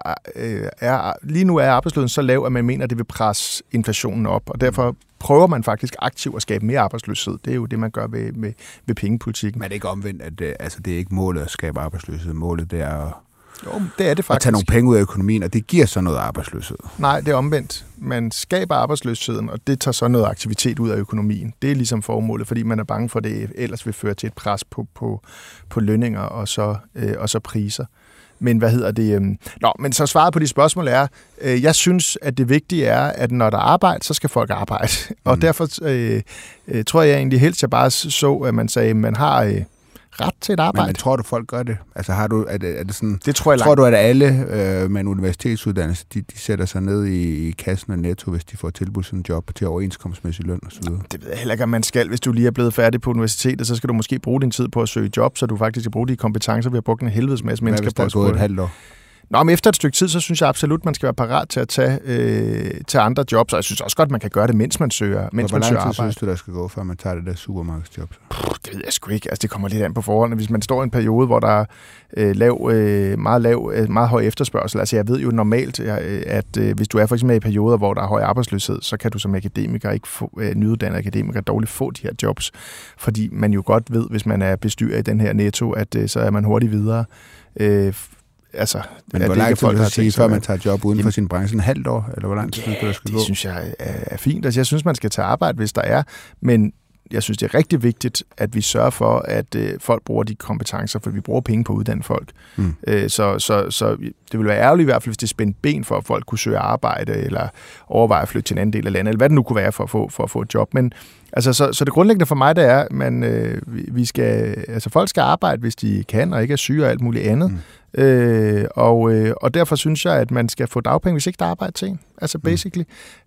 lige nu er arbejdsløsheden så lav, at man mener, at det vil presse inflationen op, og derfor prøver man faktisk aktivt at skabe mere arbejdsløshed. Det er jo det, man gør ved pengepolitikken. Men det er ikke omvendt, at det er ikke målet at skabe arbejdsløshed. Målet det er jo, det er det faktisk. At tage nogle penge ud af økonomien, og det giver så noget arbejdsløshed. Nej, det er omvendt. Man skaber arbejdsløsheden, og det tager så noget aktivitet ud af økonomien. Det er ligesom formålet, fordi man er bange for, at det ellers vil føre til et pres på lønninger og så priser. Men hvad hedder det? Men så svaret på de spørgsmål er, jeg synes, at det vigtige er, at når der er arbejde, så skal folk arbejde. Og derfor tror jeg egentlig helst, jeg bare så, at man sagde, at man har ret til et arbejde. Men tror du, folk gør det? Altså har du, er det sådan, det tror jeg tror du, at alle med en universitetsuddannelse, de sætter sig ned i kassen og Netto, hvis de får tilbudt sådan en job til overenskomstmæssig løn og så videre? Det ved jeg heller ikke, om man skal. Hvis du lige er blevet færdig på universitetet, så skal du måske bruge din tid på at søge job, så du faktisk skal bruge de kompetencer, vi har brugt en helvedes masse mennesker på. Hvad hvis der er gået et halvt år? Nå, men efter et stykke tid, så synes jeg absolut, man skal være parat til at tage andre jobs, og jeg synes også godt, man kan gøre det, mens man søger arbejde. Hvor lang tid synes du, der skal gå, før man tager det der supermarkedsjob? Det ved jeg sgu ikke. Altså, det kommer lidt an på forholdene. Hvis man står i en periode, hvor der er meget høj efterspørgsel, altså jeg ved jo normalt, at hvis du er for eksempel i perioder, hvor der er høj arbejdsløshed, så kan du som akademiker ikke nyuddannet akademiker dårligt få de her jobs, fordi man jo godt ved, hvis man er bestyrer i den her Netto, at så er man hurtigt videre. Men hvor lang tid vil det sige, før man tager job uden for sin branche? En halvt år? Eller hvor lang tid synes du, der skal gå? Det synes jeg er fint. Altså, jeg synes, man skal tage arbejde, hvis der er. Men jeg synes, det er rigtig vigtigt, at vi sørger for, at folk bruger de kompetencer, for vi bruger penge på at uddanne folk. Så det vil være ærgerligt i hvert fald, hvis det spændte ben for, at folk kunne søge arbejde, eller overveje at flytte til en anden del af landet, eller hvad det nu kunne være for at få et job. Men altså, så det grundlæggende for mig, det er, at folk skal arbejde, hvis de kan, og ikke er syge og alt muligt andet. Og derfor synes jeg, at man skal få dagpenge, hvis ikke der er arbejde til en. Altså basically.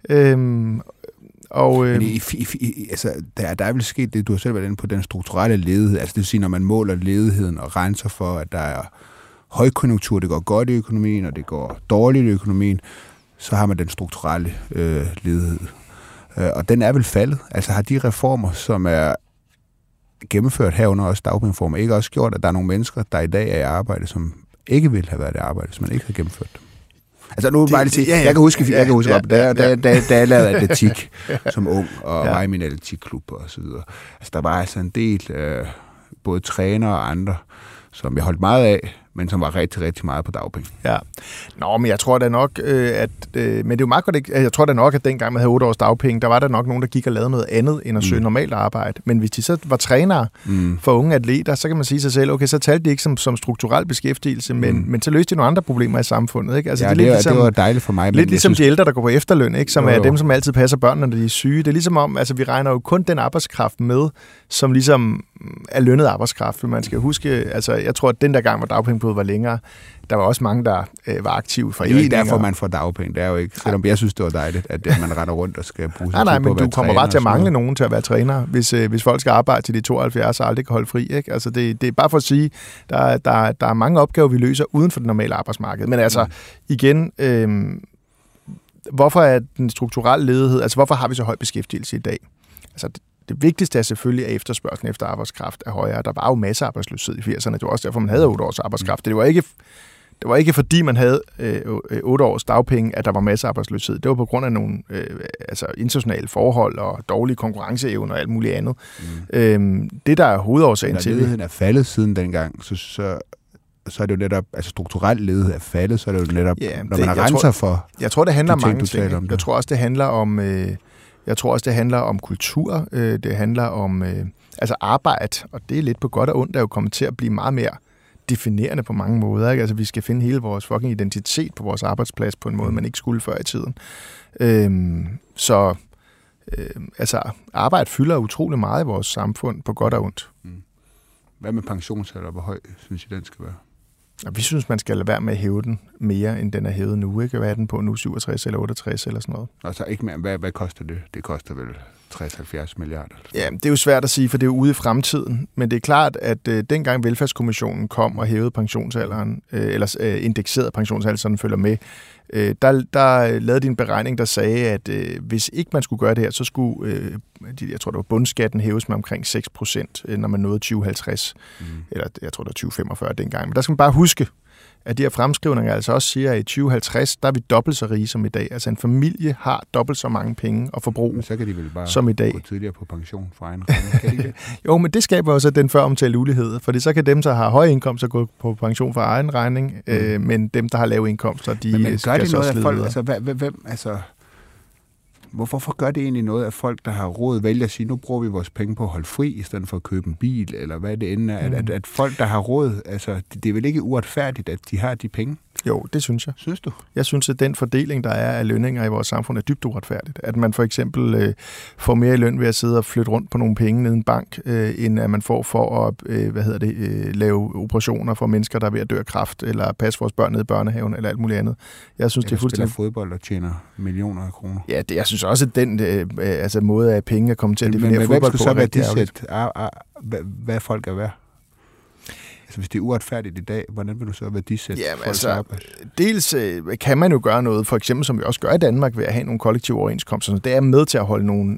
Der er vel sket det, du har selv været inde på, den strukturelle ledighed. Altså det vil sige, når man måler ledigheden og renser for, at der er højkonjunktur, det går godt i økonomien, og det går dårligt i økonomien, så har man den strukturelle ledighed. Og den er vel faldet. Altså har de reformer, som er gennemført herunder også dagpengereformer, ikke også gjort, at der er nogle mennesker, der i dag er i arbejde, som ikke ville have været i arbejde, hvis man ikke havde gennemført dem? Altså nu bare lige sige, jeg kan huske, da jeg lavede atletik som ung, og var i min atletikklub og så videre. Altså der var altså en del, både trænere og andre, som jeg holdt meget af, men som var rigtig, rigtig meget på dagpenge. Ja. Nå, men jeg tror da nok, men det er jo meget godt, jeg tror da nok, at dengang man havde 8 års dagpenge, der var der nok nogen, der gik og lavede noget andet, end at søge normalt arbejde. Men hvis de så var trænere for unge atleter, så kan man sige sig selv, okay, så talte de ikke som strukturel beskæftigelse, men så løste de nogle andre problemer i samfundet. Ikke? Altså, det var dejligt for mig. Lidt ligesom de ældre, der går på efterløn, ikke? Som er dem, som altid passer børnene, når de er syge. Det er ligesom om, altså vi regner jo kun den arbejdskraft med, som ligesom er lønnet arbejdskraft. For man skal huske, altså jeg tror, at den der gang, hvor dagpengeperioden var længere, der var også mange, der var aktive for foreninger. Det er derfor, man får dagpenge. Det er jo ikke, selvom jeg synes, det var dejligt, at man retter rundt og skal bruge sig nej, men du kommer bare til at mangle nogen til at være træner, hvis folk skal arbejde til de 72 og aldrig kan holde fri. Ikke? Altså det er bare for at sige, der er mange opgaver, vi løser uden for det normale arbejdsmarked. Men altså, igen, hvorfor er den strukturelle ledighed, altså hvorfor har vi så høj beskæftigelse i dag? Altså det vigtigste er selvfølgelig, at efterspørgslen efter arbejdskraft er højere. Der var jo masser af arbejdsløshed i 80'erne. Det var også derfor, man havde 8 års arbejdskraft. Det var ikke fordi, man havde 8 års dagpenge, at der var masser af arbejdsløshed. Det var på grund af nogle internationale forhold og dårlige konkurrenceevne og alt muligt andet. Det, der er hovedårsagen til... Når ledigheden er faldet siden dengang, så er det jo netop, altså strukturel ledighed er faldet, så er det jo netop, når man har renser for... Jeg tror, det handler om mange ting. Jeg tror også, det handler om... det handler om kultur, det handler om arbejde, og det er lidt på godt og ondt, der er jo kommet til at blive meget mere definerende på mange måder. Ikke? Altså vi skal finde hele vores fucking identitet på vores arbejdsplads på en måde, man ikke skulle før i tiden. Arbejde fylder utrolig meget i vores samfund på godt og ondt. Hvad med pensionsalder? Hvor høj synes I, den skal være? Og vi synes, man skal lade være med at hæve den mere, end den er hævet nu. Ikke? Hvad er den på nu? 67 eller 68 eller sådan noget? Altså ikke mere. Hvad koster det? Det koster vel 60-70 milliarder? Ja, det er jo svært at sige, for det er jo ude i fremtiden. Men det er klart, at dengang Velfærdskommissionen kom og hævede pensionsalderen, eller indekserede pensionsalderen, så den følger med, der lavede de en beregning, der sagde, at hvis ikke man skulle gøre det her, så skulle, jeg tror det var bundskatten hæves med omkring 6%, når man nåede 2050. Eller jeg tror det var 2045 dengang. Men der skal man bare huske, at de her fremskrivninger altså også siger, at i 2050, der er vi dobbelt så rige som i dag. Altså en familie har dobbelt så mange penge at forbruge så kan de vel bare som i dag. Gå tidligere på pension for egen regning. Kan de det? Jo, men det skaber også den før omtalte ulighed, fordi så kan dem, der har høje indkomster, gå på pension for egen regning, men dem, der har lave indkomster, de men skal det så også noget, lede folk, videre. altså, hvem, altså, Hvorfor gør det egentlig noget, at folk, der har råd, vælger at sige, nu bruger vi vores penge på at holde fri, i stedet for at købe en bil, eller hvad det end er? At folk, der har råd, altså, det er vel ikke uretfærdigt, at de har de penge? Jo, det synes jeg. Synes du? Jeg synes, at den fordeling, der er af lønninger i vores samfund, er dybt uretfærdigt. At man for eksempel får mere i løn ved at sidde og flytte rundt på nogle penge nede i en bank, end at man får for at lave operationer for mennesker, der er ved at dø af kræft, eller passe vores børn nede i børnehaven, eller alt muligt andet. Jeg synes, det er fuldstændig... spiller fodbold og tjener millioner af kroner. Ja, jeg synes også, at den måde af penge er kommet til at definere fodbold på. Men hvem skal så hvad folk er værd? Altså, hvis det er uretfærdigt i dag, hvordan vil du så værdisætte folks arbejde? Dels kan man jo gøre noget, for eksempel som vi også gør i Danmark, ved at have nogle kollektive overenskomster. Så det er med til at holde nogle,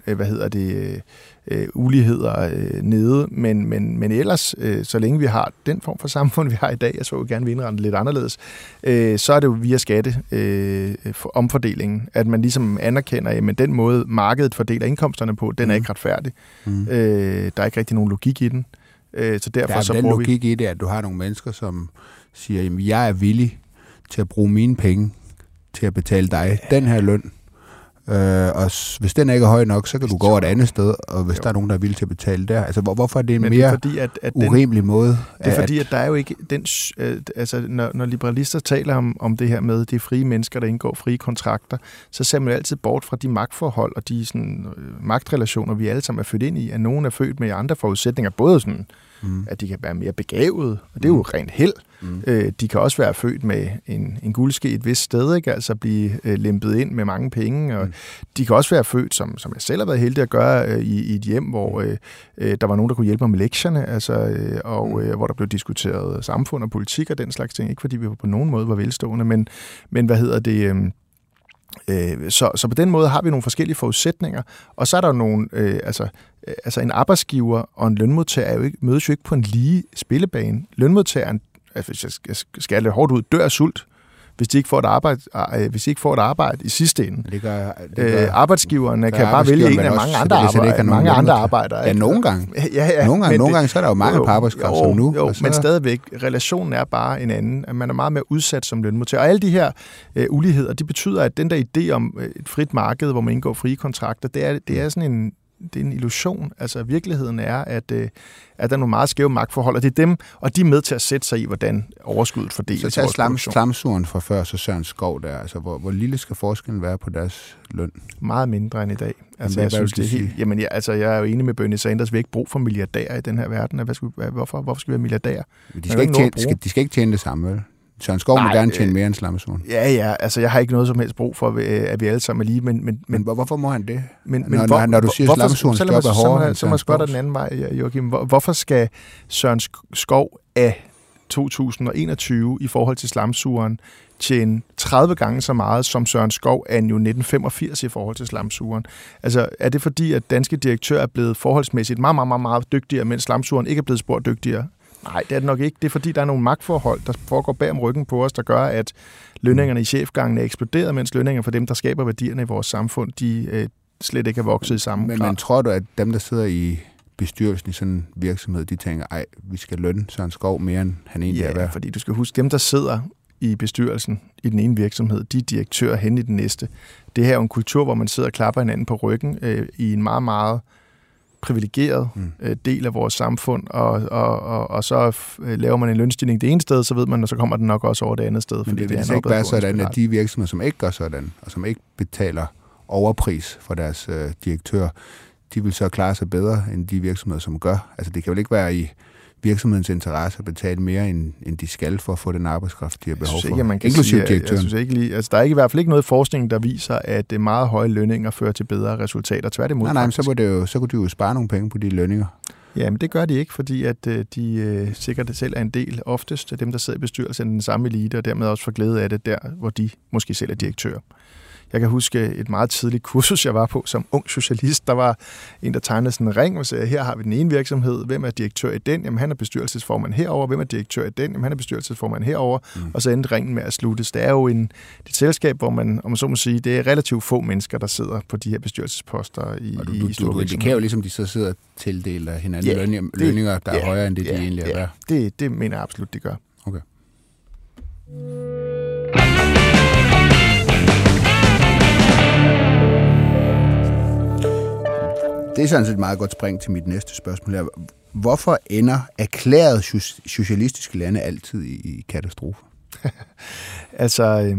uligheder nede. Men ellers, så længe vi har den form for samfund, vi har i dag, jeg så jo gerne vil indrette lidt anderledes, så er det jo via omfordelingen, at man ligesom anerkender, at den måde, markedet fordeler indkomsterne på, den er ikke retfærdig. Der er ikke rigtig nogen logik i den. Så derfor der er så den logik i det, at du har nogle mennesker, som siger, jamen, jeg er villig til at bruge mine penge til at betale dig den her løn. Og hvis den ikke er høj nok, så kan du gå over et andet sted, og hvis der er nogen, der er villige til at betale der. Altså, hvorfor er det en mere urimelig måde? Det er fordi, at der er jo ikke den... når liberalister taler om det her med de frie mennesker, der indgår frie kontrakter, så ser man altid bort fra de magtforhold og de sådan, magtrelationer, vi alle sammen er født ind i, at nogen er født med andre forudsætninger, både sådan, at de kan være mere begavede, og det er jo rent held. De kan også være født med en guldske et vist sted, ikke? Altså blive lempet ind med mange penge, og de kan også være født, som jeg selv har været heldig at gøre, i et hjem, hvor der var nogen, der kunne hjælpe mig med lektierne, altså, hvor der blev diskuteret samfund og politik og den slags ting, ikke fordi vi på nogen måde var velstående, men hvad hedder det... Så på den måde har vi nogle forskellige forudsætninger, og så er der nogle, altså en arbejdsgiver og en lønmodtager mødes jo ikke på en lige spillebane. Lønmodtageren, hvis jeg skal lidt hårdt ud, dør af sult, hvis de ikke får et arbejde, i sidste ende. Det gør arbejdsgiverne kan bare vælge en af mange andre arbejdere. Ja, nogle gange. Nogle gange så er der jo mangel på arbejdskraft som nu. Jo, men stadigvæk, relationen er bare en anden. At man er meget mere udsat som lønmodtager. Og alle de her uligheder, de betyder, at den der idé om et frit marked, hvor man indgår frie kontrakter, det er sådan en... Det er en illusion. Altså, virkeligheden er, at der er nogle meget skæve magtforhold, og det er dem, og de er med til at sætte sig i, hvordan overskuddet fordeles. Så tag slamsuren fra før, så Søren Skov der. Altså, hvor lille skal forskellen være på deres løn? Meget mindre end i dag. Altså, jeg synes, det er helt... Jamen, jeg er jo enig med Bernie Sanders, vi har ikke brug for milliardærer i den her verden. Hvorfor skal vi være milliardærer? De skal ikke tjene det samme, vel? Søren Skov må gerne tjene mere end slamsuren. Ja, altså jeg har ikke noget som helst brug for, at vi alle sammen er lige, men hvorfor må han det? Når du siger, at slamsurens job er hårdere, så må jeg spørge dig den anden vej, Joachim. Hvorfor skal Søren Skov af 2021 i forhold til slamsuren tjene 30 gange så meget, som Søren Skov af 1985 i forhold til slamsuren? Altså, er det fordi, at danske direktører er blevet forholdsmæssigt meget, meget, meget, meget dygtigere, mens slamsuren ikke er blevet spor dygtigere? Nej, det er det nok ikke. Det er fordi, der er nogle magtforhold, der foregår bag om ryggen på os, der gør, at lønningerne i chefgangen er eksploderet, mens lønningerne for dem, der skaber værdierne i vores samfund, de slet ikke er vokset i samme grad. Men tror du, at dem, der sidder i bestyrelsen i sådan en virksomhed, de tænker, vi skal lønne Søren Skov mere, end han egentlig er værd? Ja, fordi du skal huske, dem, der sidder i bestyrelsen i den ene virksomhed, de er direktører hen i den næste. Det her er jo en kultur, hvor man sidder og klapper hinanden på ryggen i en meget, meget privilegeret del af vores samfund, og så laver man en lønstigning det ene sted, så ved man, og så kommer den nok også over det andet sted. Men det vil ikke være sådan, at de virksomheder, som ikke gør sådan, og som ikke betaler overpris for deres direktør, de vil så klare sig bedre end de virksomheder, som gør. Altså det kan vel ikke være i virksomhedens interesse at betale mere, end de skal for at få den arbejdskraft, de har behov for. Inklusive direktøren. Jeg synes ikke altså, der er i hvert fald ikke noget forskning, der viser, at det meget høje lønninger fører til bedre resultater. Tværtimod. Nej, men så kunne de jo spare nogle penge på de lønninger. Ja, men det gør de ikke, fordi at de sikkert selv er en del oftest af dem, der sidder i bestyrelsen, den samme elite, og dermed også får glæde af det der, hvor de måske selv er direktører. Jeg kan huske et meget tidligt kursus, jeg var på som ung socialist. Der var en, der tegnede sådan en ring og sagde, her har vi den ene virksomhed. Hvem er direktør i den? Jamen, han er bestyrelsesformand herover. Hvem er direktør i den? Jamen, han er bestyrelsesformand herover. Og så endte ringen med at sluttes. Det er jo et selskab, hvor man, om man så må sige, det er relativt få mennesker, der sidder på de her bestyrelsesposter i store virksomheder. Du indikerer jo ligesom, de så sidder og tildeler hinanden lønninger, der er højere end det, de egentlig er værd. Det mener jeg absolut, de gør. Okay. Det er sådan set et meget godt spring til mit næste spørgsmål her. Hvorfor ender erklærede socialistiske lande altid i katastrofer? Altså,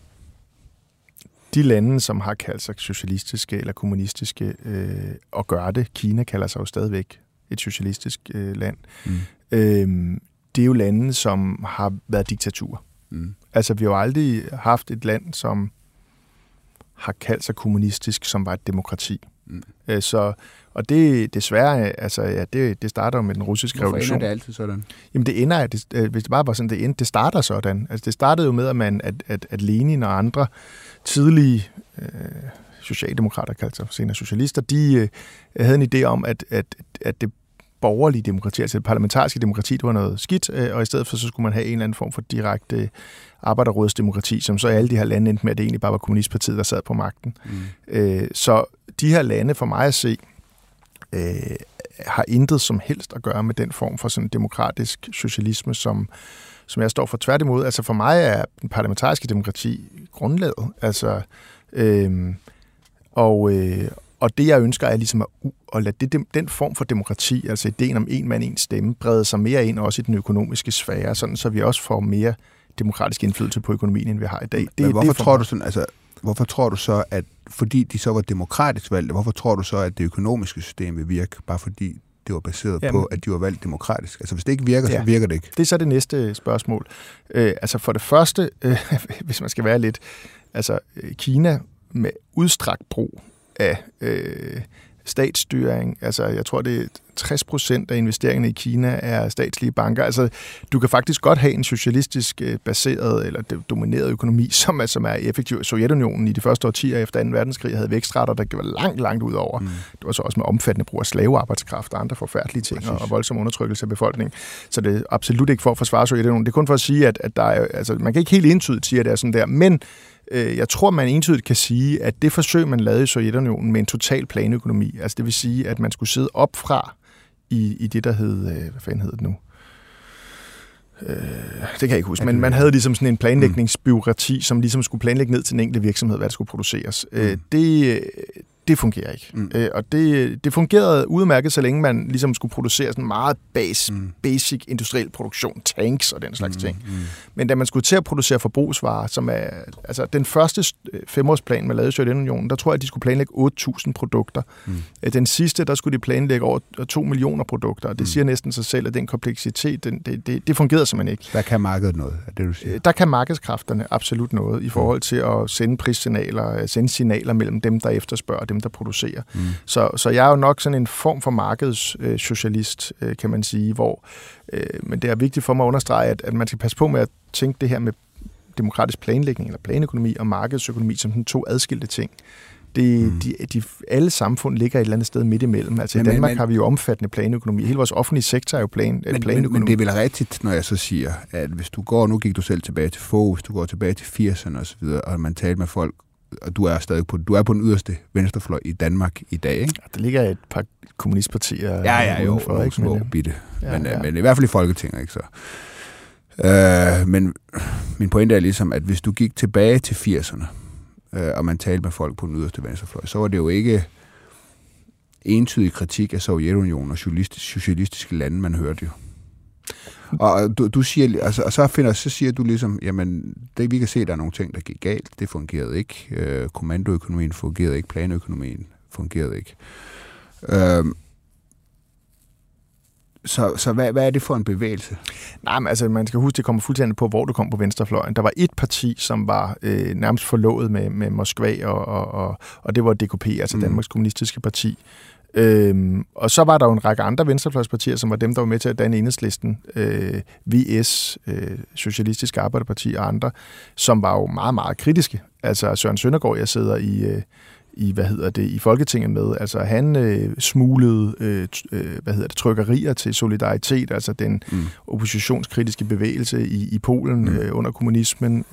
de lande, som har kaldt sig socialistiske eller kommunistiske, og gør det, Kina kalder sig jo stadigvæk et socialistisk land, det er jo lande, som har været diktatur. Altså, vi har jo aldrig haft et land, som har kaldt sig kommunistisk, som var et demokrati. Og det desværre, altså, ja, det starter jo med den russiske revolution. Hvorfor ender det altid sådan? Jamen det ender, hvis det bare var sådan, det starter sådan. Altså det startede jo med, at Lenin og andre tidlige socialdemokrater, kaldte sig senere socialister, de havde en idé om, at det borgerlige demokrati, altså det parlamentariske demokrati, det var noget skidt, og i stedet for så skulle man have en eller anden form for direkte arbejderrådsdemokrati, som så i alle de her lande endte med, at det egentlig bare var kommunistpartiet, der sad på magten. Så de her lande, for mig at se, har intet som helst at gøre med den form for sådan demokratisk socialisme, som jeg står for. Tværtimod, altså for mig er den parlamentariske demokrati grundlaget. Altså, og det, jeg ønsker, er ligesom at lade den form for demokrati, altså ideen om en mand, en stemme, brede sig mere ind også i den økonomiske sfære, sådan så vi også får mere demokratisk indflydelse på økonomien, end vi har i dag. Hvorfor tror du så, at fordi de så var demokratisk valgt, hvorfor tror du så, at det økonomiske system vil virke, bare fordi det var baseret på, at de var valgt demokratisk? Altså hvis det ikke virker, så virker det ikke. Det er så det næste spørgsmål. Altså for det første, hvis man skal være lidt, altså Kina med udstrakt brug af statsstyring, altså jeg tror det er 60% af investeringerne i Kina er statslige banker. Altså du kan faktisk godt have en socialistisk baseret eller domineret økonomi, som er effektiv. Sovjetunionen i de første årtier efter 2. verdenskrig havde vækstrater, der var langt, langt ud over. Det var så også med omfattende brug af slavearbejdskraft og andre forfærdelige ting, og voldsom undertrykkelse af befolkningen. Så det er absolut ikke for at forsvare Sovjetunionen. Det er kun for at sige, at der er, altså man kan ikke helt entydigt sige, at det er sådan der, men jeg tror, man entydigt kan sige, at det forsøg, man lavede i Sovjetunionen med en total planøkonomi, altså det vil sige, at man skulle sidde op fra i det, der hed, hvad fanden hed det nu? Det kan jeg ikke huske, men man havde ligesom sådan en planlægningsbureaukrati, som ligesom skulle planlægge ned til en enkelt virksomhed, hvad der skulle produceres. Det fungerer ikke. Og det fungerede udmærket, så længe man ligesom skulle producere sådan meget basic industriel produktion, tanks og den slags ting. Men da man skulle til at producere forbrugsvarer, som er altså den første 5-årsplan, man lavede i Sovjetunionen, der tror jeg, at de skulle planlægge 8.000 produkter. Den sidste, der skulle de planlægge over 2 millioner produkter, og det siger næsten sig selv, at den kompleksitet, det fungerede simpelthen ikke. Der kan markedet noget, er det du siger? Der kan markedskræfterne absolut noget i forhold til at sende prissignaler, sende signaler mellem dem, der efterspørger, og dem, der producerer. Så jeg er jo nok sådan en form for markedssocialist, kan man sige, hvor men det er vigtigt for mig at understrege, at man skal passe på med at tænke det her med demokratisk planlægning eller planøkonomi og markedsøkonomi som sådan 2 adskilte ting. Alle samfund ligger et eller andet sted midt imellem. Altså i Danmark har vi jo omfattende planøkonomi. Hele vores offentlige sektor er jo planøkonomi. Men det er vel rigtigt, når jeg så siger, at hvis du går, nu gik du selv tilbage til Fogh, hvis du går tilbage til 80'erne og så videre, og man taler med folk, og du er stadig på den yderste venstrefløj i Danmark i dag, ikke? Der ligger et par kommunistpartier udenfor, ikke? Små bitte. Men i hvert fald i Folketinget, ikke så? Men min pointe er ligesom, at hvis du gik tilbage til 80'erne, og man talte med folk på den yderste venstrefløj, så var det jo ikke entydig kritik af Sovjetunionen og socialistiske lande, man hørte jo. Og du siger, altså, og så siger du ligesom, jamen, det, vi kan se, der er nogle ting, der gik galt. Det fungerede ikke. Kommandoøkonomien fungerede ikke. Planøkonomien fungerede ikke. Så hvad er det for en bevægelse? Nej, men altså, man skal huske, det kommer fuldstændig på, hvor du kom på venstrefløjen. Der var et parti, som var nærmest forlovet med Moskva, og det var DKP, altså Danmarks Kommunistiske Parti. Og så var der jo en række andre venstrefløjspartier, som var dem, der var med til at danne Enhedslisten, VS, Socialistisk Arbejderparti og andre, som var jo meget, meget kritiske. Altså Søren Søndergaard, jeg sidder i Folketinget med. Altså han smuglede trykkerier til Solidaritet, altså den oppositionskritiske bevægelse i Polen under kommunismen.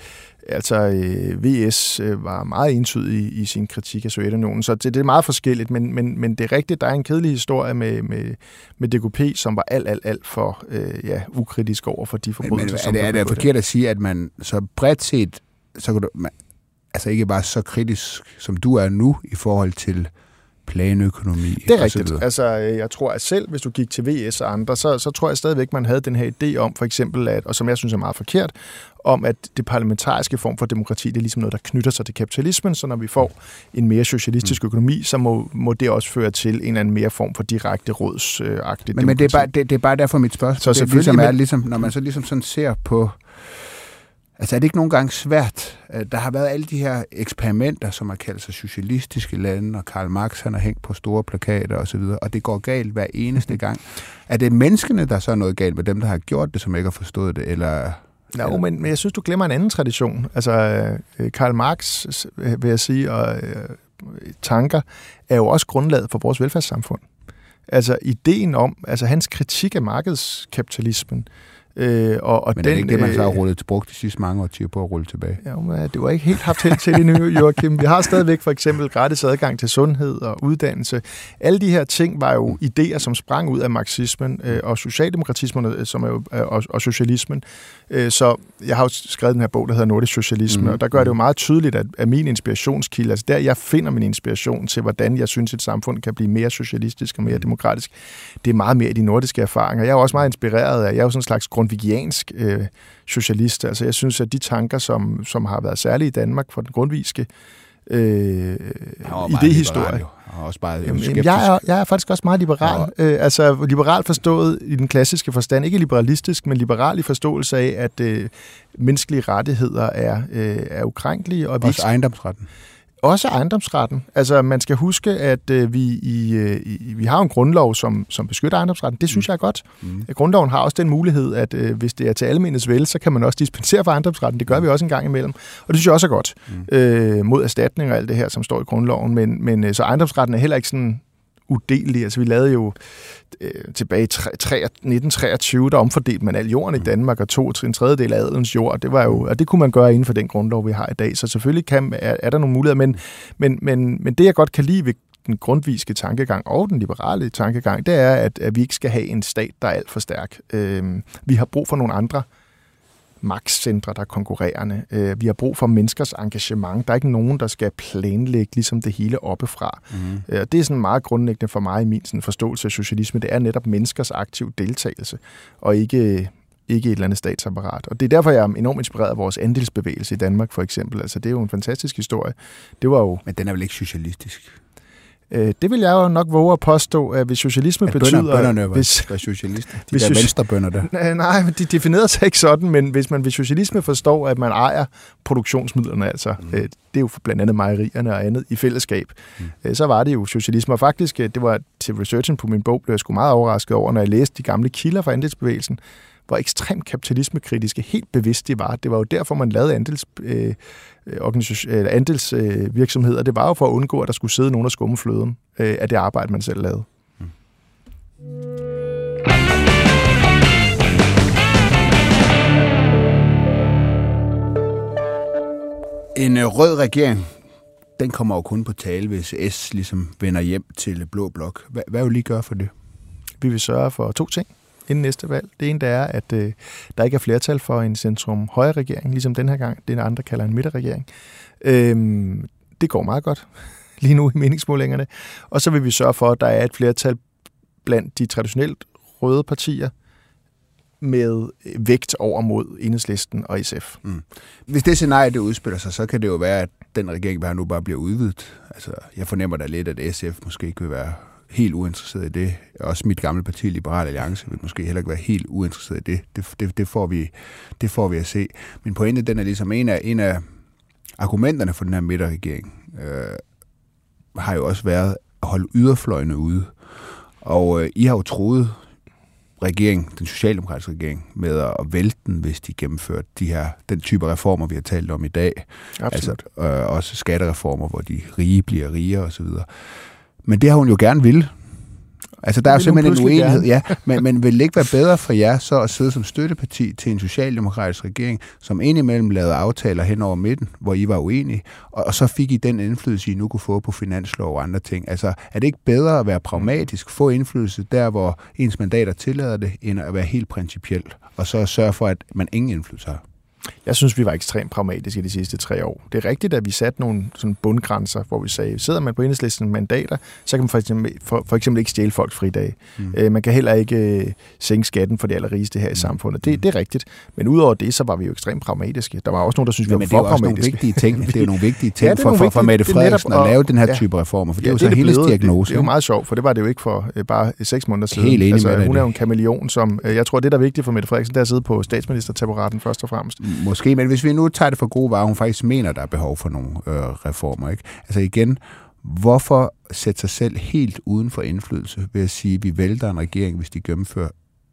VS var meget entydig i sin kritik af Sovjetunionen, så det er meget forskelligt, men det er rigtigt, der er en kedelig historie med DKP, som var alt for ukritisk over for de forbrydelser. Men er det forkert at sige, at man så bredt set, så kunne du, altså ikke bare så kritisk, som du er nu, i forhold til planøkonomi. Det er rigtigt. Altså, jeg tror, at selv hvis du gik til VS og andre, så tror jeg stadigvæk, man havde den her idé om, for eksempel, at, og som jeg synes er meget forkert, om at det parlamentariske form for demokrati, det er ligesom noget, der knytter sig til kapitalismen, så når vi får en mere socialistisk økonomi, så må det også føre til en eller anden mere form for direkte rådsagtig demokrati. Men det er bare derfor mit spørgsmål. Så det er ligesom, når man så ligesom sådan ser på. Altså er det ikke nogle gange svært? Der har været alle de her eksperimenter, som har kaldt sig socialistiske lande, og Karl Marx han har hængt på store plakater osv., og det går galt hver eneste gang. Er det menneskene, der så er noget galt med dem, der har gjort det, som ikke har forstået det? Eller? No, men jeg synes, du glemmer en anden tradition. Altså Karl Marx, vil jeg sige, og tanker er jo også grundlaget for vores velfærdssamfund. Altså ideen om, altså hans kritik af markedskapitalismen, men er det ikke det, man så har brugt de sidste mange årtier på at rulle tilbage? Ja, men det var ikke helt haft held til det nye, Joachim. Vi har stadigvæk for eksempel gratis adgang til sundhed og uddannelse. Alle de her ting var jo idéer, som sprang ud af marxismen og socialdemokratismen som er jo, og socialismen. Så jeg har jo skrevet den her bog, der hedder Nordisk Socialisme, og der gør det jo meget tydeligt, at min inspirationskilde, altså der jeg finder min inspiration til, hvordan jeg synes, et samfund kan blive mere socialistisk og mere demokratisk, det er meget mere i de nordiske erfaringer. Jeg er jo også meget inspireret af, jeg er jo sådan en slags grundvigiansk socialist. Altså jeg synes, at de tanker, som har været særlige i Danmark for den grundviske idéhistorie. Jeg er faktisk også meget liberal. Altså liberal forstået i den klassiske forstand. Ikke liberalistisk, men liberal i forståelse af, at menneskelige rettigheder er ukrænkelige. Og også ejendomsretten. Også ejendomsretten. Altså, man skal huske, at vi har en grundlov, som beskytter ejendomsretten. Det synes jeg er godt. Grundloven har også den mulighed, at hvis det er til almindelig vel, så kan man også dispensere for ejendomsretten. Det gør vi også en gang imellem. Og det synes jeg også er godt. Mod erstatning og alt det her, som står i grundloven. Men så ejendomsretten er heller ikke sådan udelig. Altså, vi lavede jo tilbage i 1923, der omfordelte man al jorden i Danmark, og en tredjedel af adelens jord. Det var jo, og det kunne man gøre inden for den grundlov, vi har i dag. Så selvfølgelig er der nogle muligheder, men det, jeg godt kan lide ved den grundviske tankegang og den liberale tankegang, det er, at vi ikke skal have en stat, der er alt for stærk. Vi har brug for nogle andre magtcentre, der er konkurrerende. Vi har brug for menneskers engagement. Der er ikke nogen, der skal planlægge ligesom det hele oppefra. Det er sådan meget grundlæggende for mig i min sådan forståelse af socialisme. Det er netop menneskers aktiv deltagelse, og ikke et eller andet statsapparat. Og det er derfor, jeg er enormt inspireret af vores andelsbevægelse i Danmark, for eksempel. Altså, det er jo en fantastisk historie. Det var jo... Men den er vel ikke socialistisk? Det vil jeg jo nok våge at påstå, at hvis socialisme betyder... Bønderne var socialister. De der venstrebønder der. Nej, men de definerede sig ikke sådan, men hvis man ved socialisme forstår, at man ejer produktionsmidlerne, altså det er jo blandt andet mejerierne og andet i fællesskab, så var det jo socialisme. Og faktisk, det var til researchen på min bog, blev jeg sgu meget overrasket over, når jeg læste de gamle kilder fra andelsbevægelsen, hvor ekstremt kapitalismekritiske helt bevidst de var. Det var jo derfor, man lavede andelsvirksomheder. Det var jo for at undgå, at der skulle sidde nogen og skumme fløden af det arbejde, man selv lavede. En rød regering, den kommer jo kun på tale, hvis S ligesom vender hjem til blå blok. Hvad vil I gøre for det? Vi vil sørge for 2 ting inden næste valg. Det ene, det er, at der ikke er flertal for en centrum-højre regering, ligesom den her gang. Det andre kalder en midterregering. Det går meget godt lige nu i meningsmålingerne. Og så vil vi sørge for, at der er et flertal blandt de traditionelt røde partier med vægt over mod Enhedslisten og SF. Hvis det scenarie, det udspiller sig, så kan det jo være, at den regering, vi har nu, bare bliver udvidet. Altså, jeg fornemmer da lidt, at SF måske ikke vil være helt uinteresseret i det. Også mit gamle parti, Liberal Alliance, vil måske heller ikke være helt uinteresseret i det. Det får vi at se. Min pointe, den er ligesom en af argumenterne for den her midterregering, har jo også været at holde yderfløjene ude. Og I har jo troet den socialdemokratiske regering, med at vælte den, hvis de gennemførte den type reformer, vi har talt om i dag. Absolut. Altså også skattereformer, hvor de rige bliver rigere osv. Men det har hun jo gerne ville. Altså, der er jo simpelthen en uenighed. Ja, men vil det ikke være bedre for jer så at sidde som støtteparti til en socialdemokratisk regering, som indimellem lavede aftaler hen over midten, hvor I var uenige, og så fik I den indflydelse, I nu kunne få på finanslov og andre ting? Altså, er det ikke bedre at være pragmatisk, få indflydelse der, hvor ens mandater tillader det, end at være helt principielt, og så sørge for, at man ingen indflydelse har? Jeg synes, vi var ekstremt pragmatiske de sidste 3 år. Det er rigtigt, at vi satte nogle sådan bundgrænser, hvor vi sagde, sidder man på Enhedslistens mandater, så kan man for eksempel ikke stjæle folks fridage. Man kan heller ikke sænke skatten for de allerrigeste her i samfundet. Det er rigtigt. Men udover det, så var vi jo ekstremt pragmatiske. Der var også nogen, der synes, vi var for pragmatiske. Det er jo nogle vigtige ting for Mette Frederiksen at lave den her type reformer, for det er jo så hele diagnose. Det er jo meget sjovt, for det var det jo ikke for bare 6 måneder siden. Helt enig hun er jo en kameleon, som jeg tror, det der er vigtigt for Mette Frederiksen, det er at sidde på statsministertaburetten først og fremmest. Måske, men hvis vi nu tager det for gode varer, hun faktisk mener, der er behov for nogle reformer, ikke? Altså igen, hvorfor sætte sig selv helt uden for indflydelse ved at sige, at vi vælter en regering, hvis de gennemfører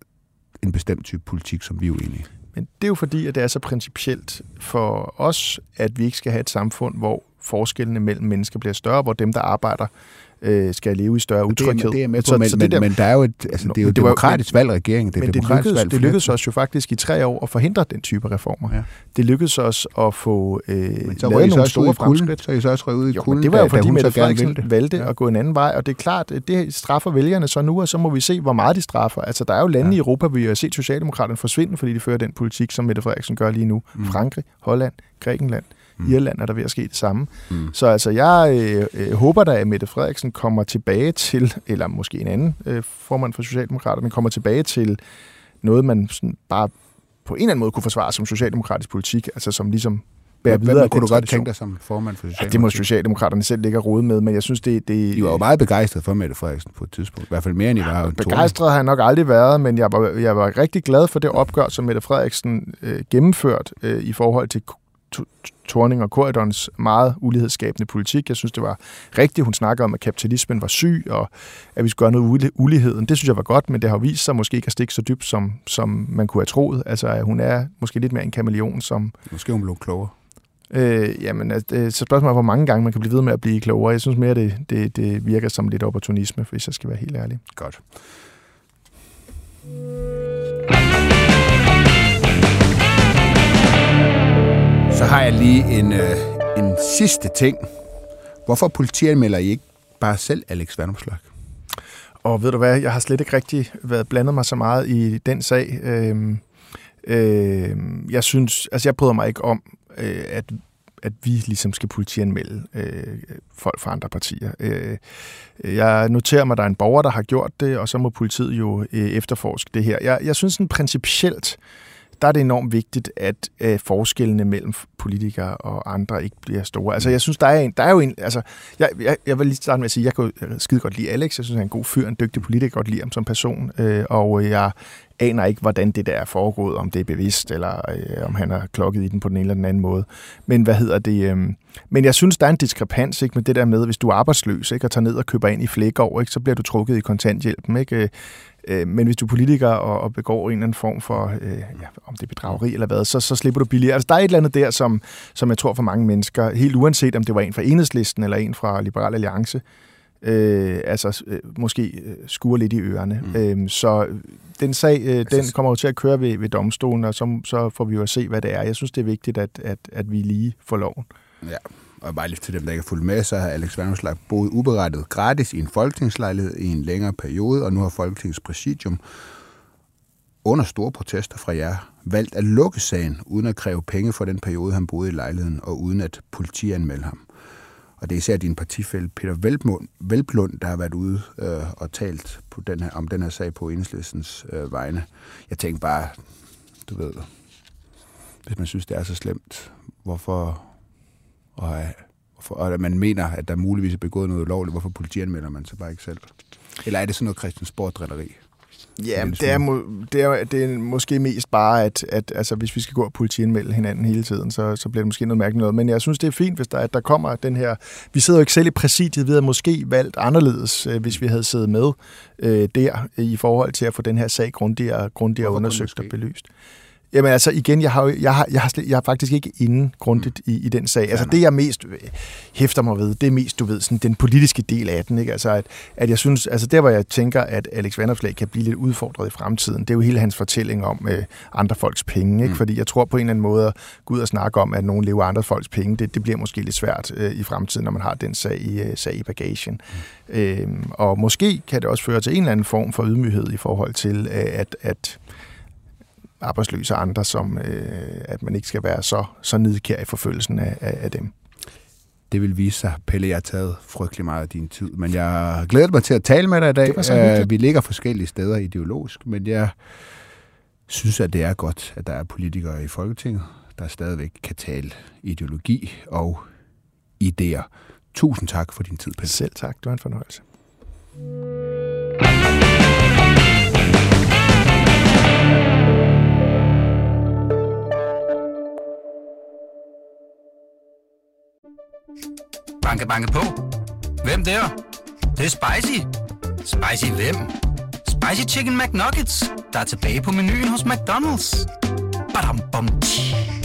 en bestemt type politik, som vi er uenige? Men det er jo fordi, at det er så principielt for os, at vi ikke skal have et samfund, hvor forskellene mellem mennesker bliver større, hvor dem, der arbejder, skal leve i større utryghed. Det er med på, men der er jo det er jo demokratisk valg regering. Det lykkedes os jo faktisk i 3 år at forhindre den type reformer. Ja. Det lykkedes os at få lavet nogle store fremskridt. Så er I så også røget ud i kulden, det var jo fordi Mette Frederiksen valgte at gå en anden vej, og det er klart, det straffer vælgerne så nu, og så må vi se, hvor meget de straffer. Altså, der er jo lande i Europa, hvor vi har set Socialdemokraterne forsvinde, fordi de fører den politik, som Mette Frederiksen gør lige nu. Frankrig, Holland, Grækenland. Irland er der ved at ske det samme. Så altså, jeg håber da, at Mette Frederiksen kommer tilbage til, eller måske en anden formand for Socialdemokraterne, kommer tilbage til noget, man sådan bare på en eller anden måde kunne forsvare som socialdemokratisk politik, altså som ligesom bærer videre. Hvad kunne du godt tænke dig som formand for Socialdemokraterne? Ja, det må Socialdemokraterne selv ligge og rode med, men jeg synes, det... I var jo meget begejstret for Mette Frederiksen på et tidspunkt. I hvert fald mere, end I var. Begejstret har jeg nok aldrig været, men jeg var rigtig glad for det opgør, som Mette Frederiksen gennemført i forhold til Thorning og Corydons meget ulighedsskabende politik. Jeg synes, det var rigtigt. Hun snakker om, at kapitalismen var syg, og at vi skulle gøre noget uligheden. Det synes jeg var godt, men det har vist sig måske ikke at stikke så dybt, som man kunne have troet. Altså, hun er måske lidt mere en kameleon, som... Måske hun blev klogere. Så spørgsmålet er, hvor mange gange man kan blive ved med at blive klogere. Jeg synes mere, det virker som lidt opportunisme, hvis jeg skal være helt ærlig. Godt. Så har jeg lige en sidste ting. Hvorfor politianmelder I ikke bare selv Alex Vanopslagh? Og ved du hvad, jeg har slet ikke rigtig været blandet mig så meget i den sag. Jeg synes, altså jeg bryder mig ikke om, at vi ligesom skal politianmelde folk fra andre partier. Jeg noterer mig, at der er en borger, der har gjort det, og så må politiet jo efterforske det her. Jeg synes sådan principielt, der er det enormt vigtigt, at forskellene mellem politikere og andre ikke bliver store. Altså, jeg synes, der er jo en... Altså, jeg vil lige starte med at sige, at jeg kan skide godt lide Alex. Jeg synes, han er en god fyr, en dygtig politiker, godt lide ham som person. Og jeg aner ikke, hvordan det der er foregået, om det er bevidst, eller om han har klokket i den på den ene eller den anden måde. Men men jeg synes, der er en diskrepans, ikke, med det der med, hvis du er arbejdsløs, ikke, og tager ned og køber ind i Flækgaard, ikke, så bliver du trukket i kontanthjælpen, ikke? Men hvis du er politiker og begår en eller anden form for, om det er bedrageri eller hvad, så slipper du billigere. Altså, der er et eller andet der, som jeg tror for mange mennesker, helt uanset om det var en fra Enhedslisten eller en fra Liberal Alliance, måske skuer lidt i ørerne. Så den sag, den kommer jo til at køre ved domstolen, og så får vi jo at se, hvad det er. Jeg synes, det er vigtigt, at vi lige får loven. Ja. Og bare lige til dem, der ikke har fulgt med, så har Alex Vanopslagh boet uberettet gratis i en folketingslejlighed i en længere periode, og nu har Folketingets præsidium under store protester fra jer valgt at lukke sagen, uden at kræve penge for den periode, han boede i lejligheden, og uden at politianmelde ham. Og det er især din partifælle Peter Hvelplund, der har været ude og talt på om den her sag på Enhedslistens vegne. Jeg tænker bare, du ved, hvis man synes, det er så slemt, hvorfor... Og at man mener, at der muligvis er begået noget ulovligt, hvorfor politianmelder man så bare ikke selv? Eller er det sådan noget Christiansborg-drilleri? Ja, det er måske mest bare, at altså, hvis vi skal gå og politianmelde hinanden hele tiden, så bliver det måske noget mærkeligt noget. Men jeg synes, det er fint, hvis der kommer den her... Vi sidder jo ikke selv i præsidiet, vi havde måske valgt anderledes, hvis vi havde siddet med der, i forhold til at få den her sag grundigere undersøgt og belyst. Jamen altså igen, jeg har faktisk ikke inde grundigt i den sag. Altså det, jeg mest hæfter mig ved, det er mest, du ved, sådan den politiske del af den, ikke? Altså at jeg synes, altså der, hvor jeg tænker, at Alex Vanopslagh kan blive lidt udfordret i fremtiden, det er jo hele hans fortælling om andre folks penge, ikke? Fordi jeg tror på en eller anden måde at gå ud og snakke om, at nogen lever andre folks penge, det bliver måske lidt svært i fremtiden, når man har den sag i bagagen. Og måske kan det også føre til en eller anden form for ydmyghed i forhold til, at arbejdsløse og andre, som at man ikke skal være så nidkær i forfølgelsen af dem. Det vil vise sig, Pelle, jeg har taget frygtelig meget af din tid, men jeg glæder mig til at tale med dig i dag. Det var så hyggeligt. Vi ligger forskellige steder ideologisk, men jeg synes, at det er godt, at der er politikere i Folketinget, der stadigvæk kan tale ideologi og idéer. Tusind tak for din tid, Pelle. Selv tak, det var en fornøjelse. Banke, banke på. Hvem der? Det er spicy. Spicy hvem? Spicy Chicken McNuggets, der er tilbage på menuen hos McDonald's. Badum, bom, tji.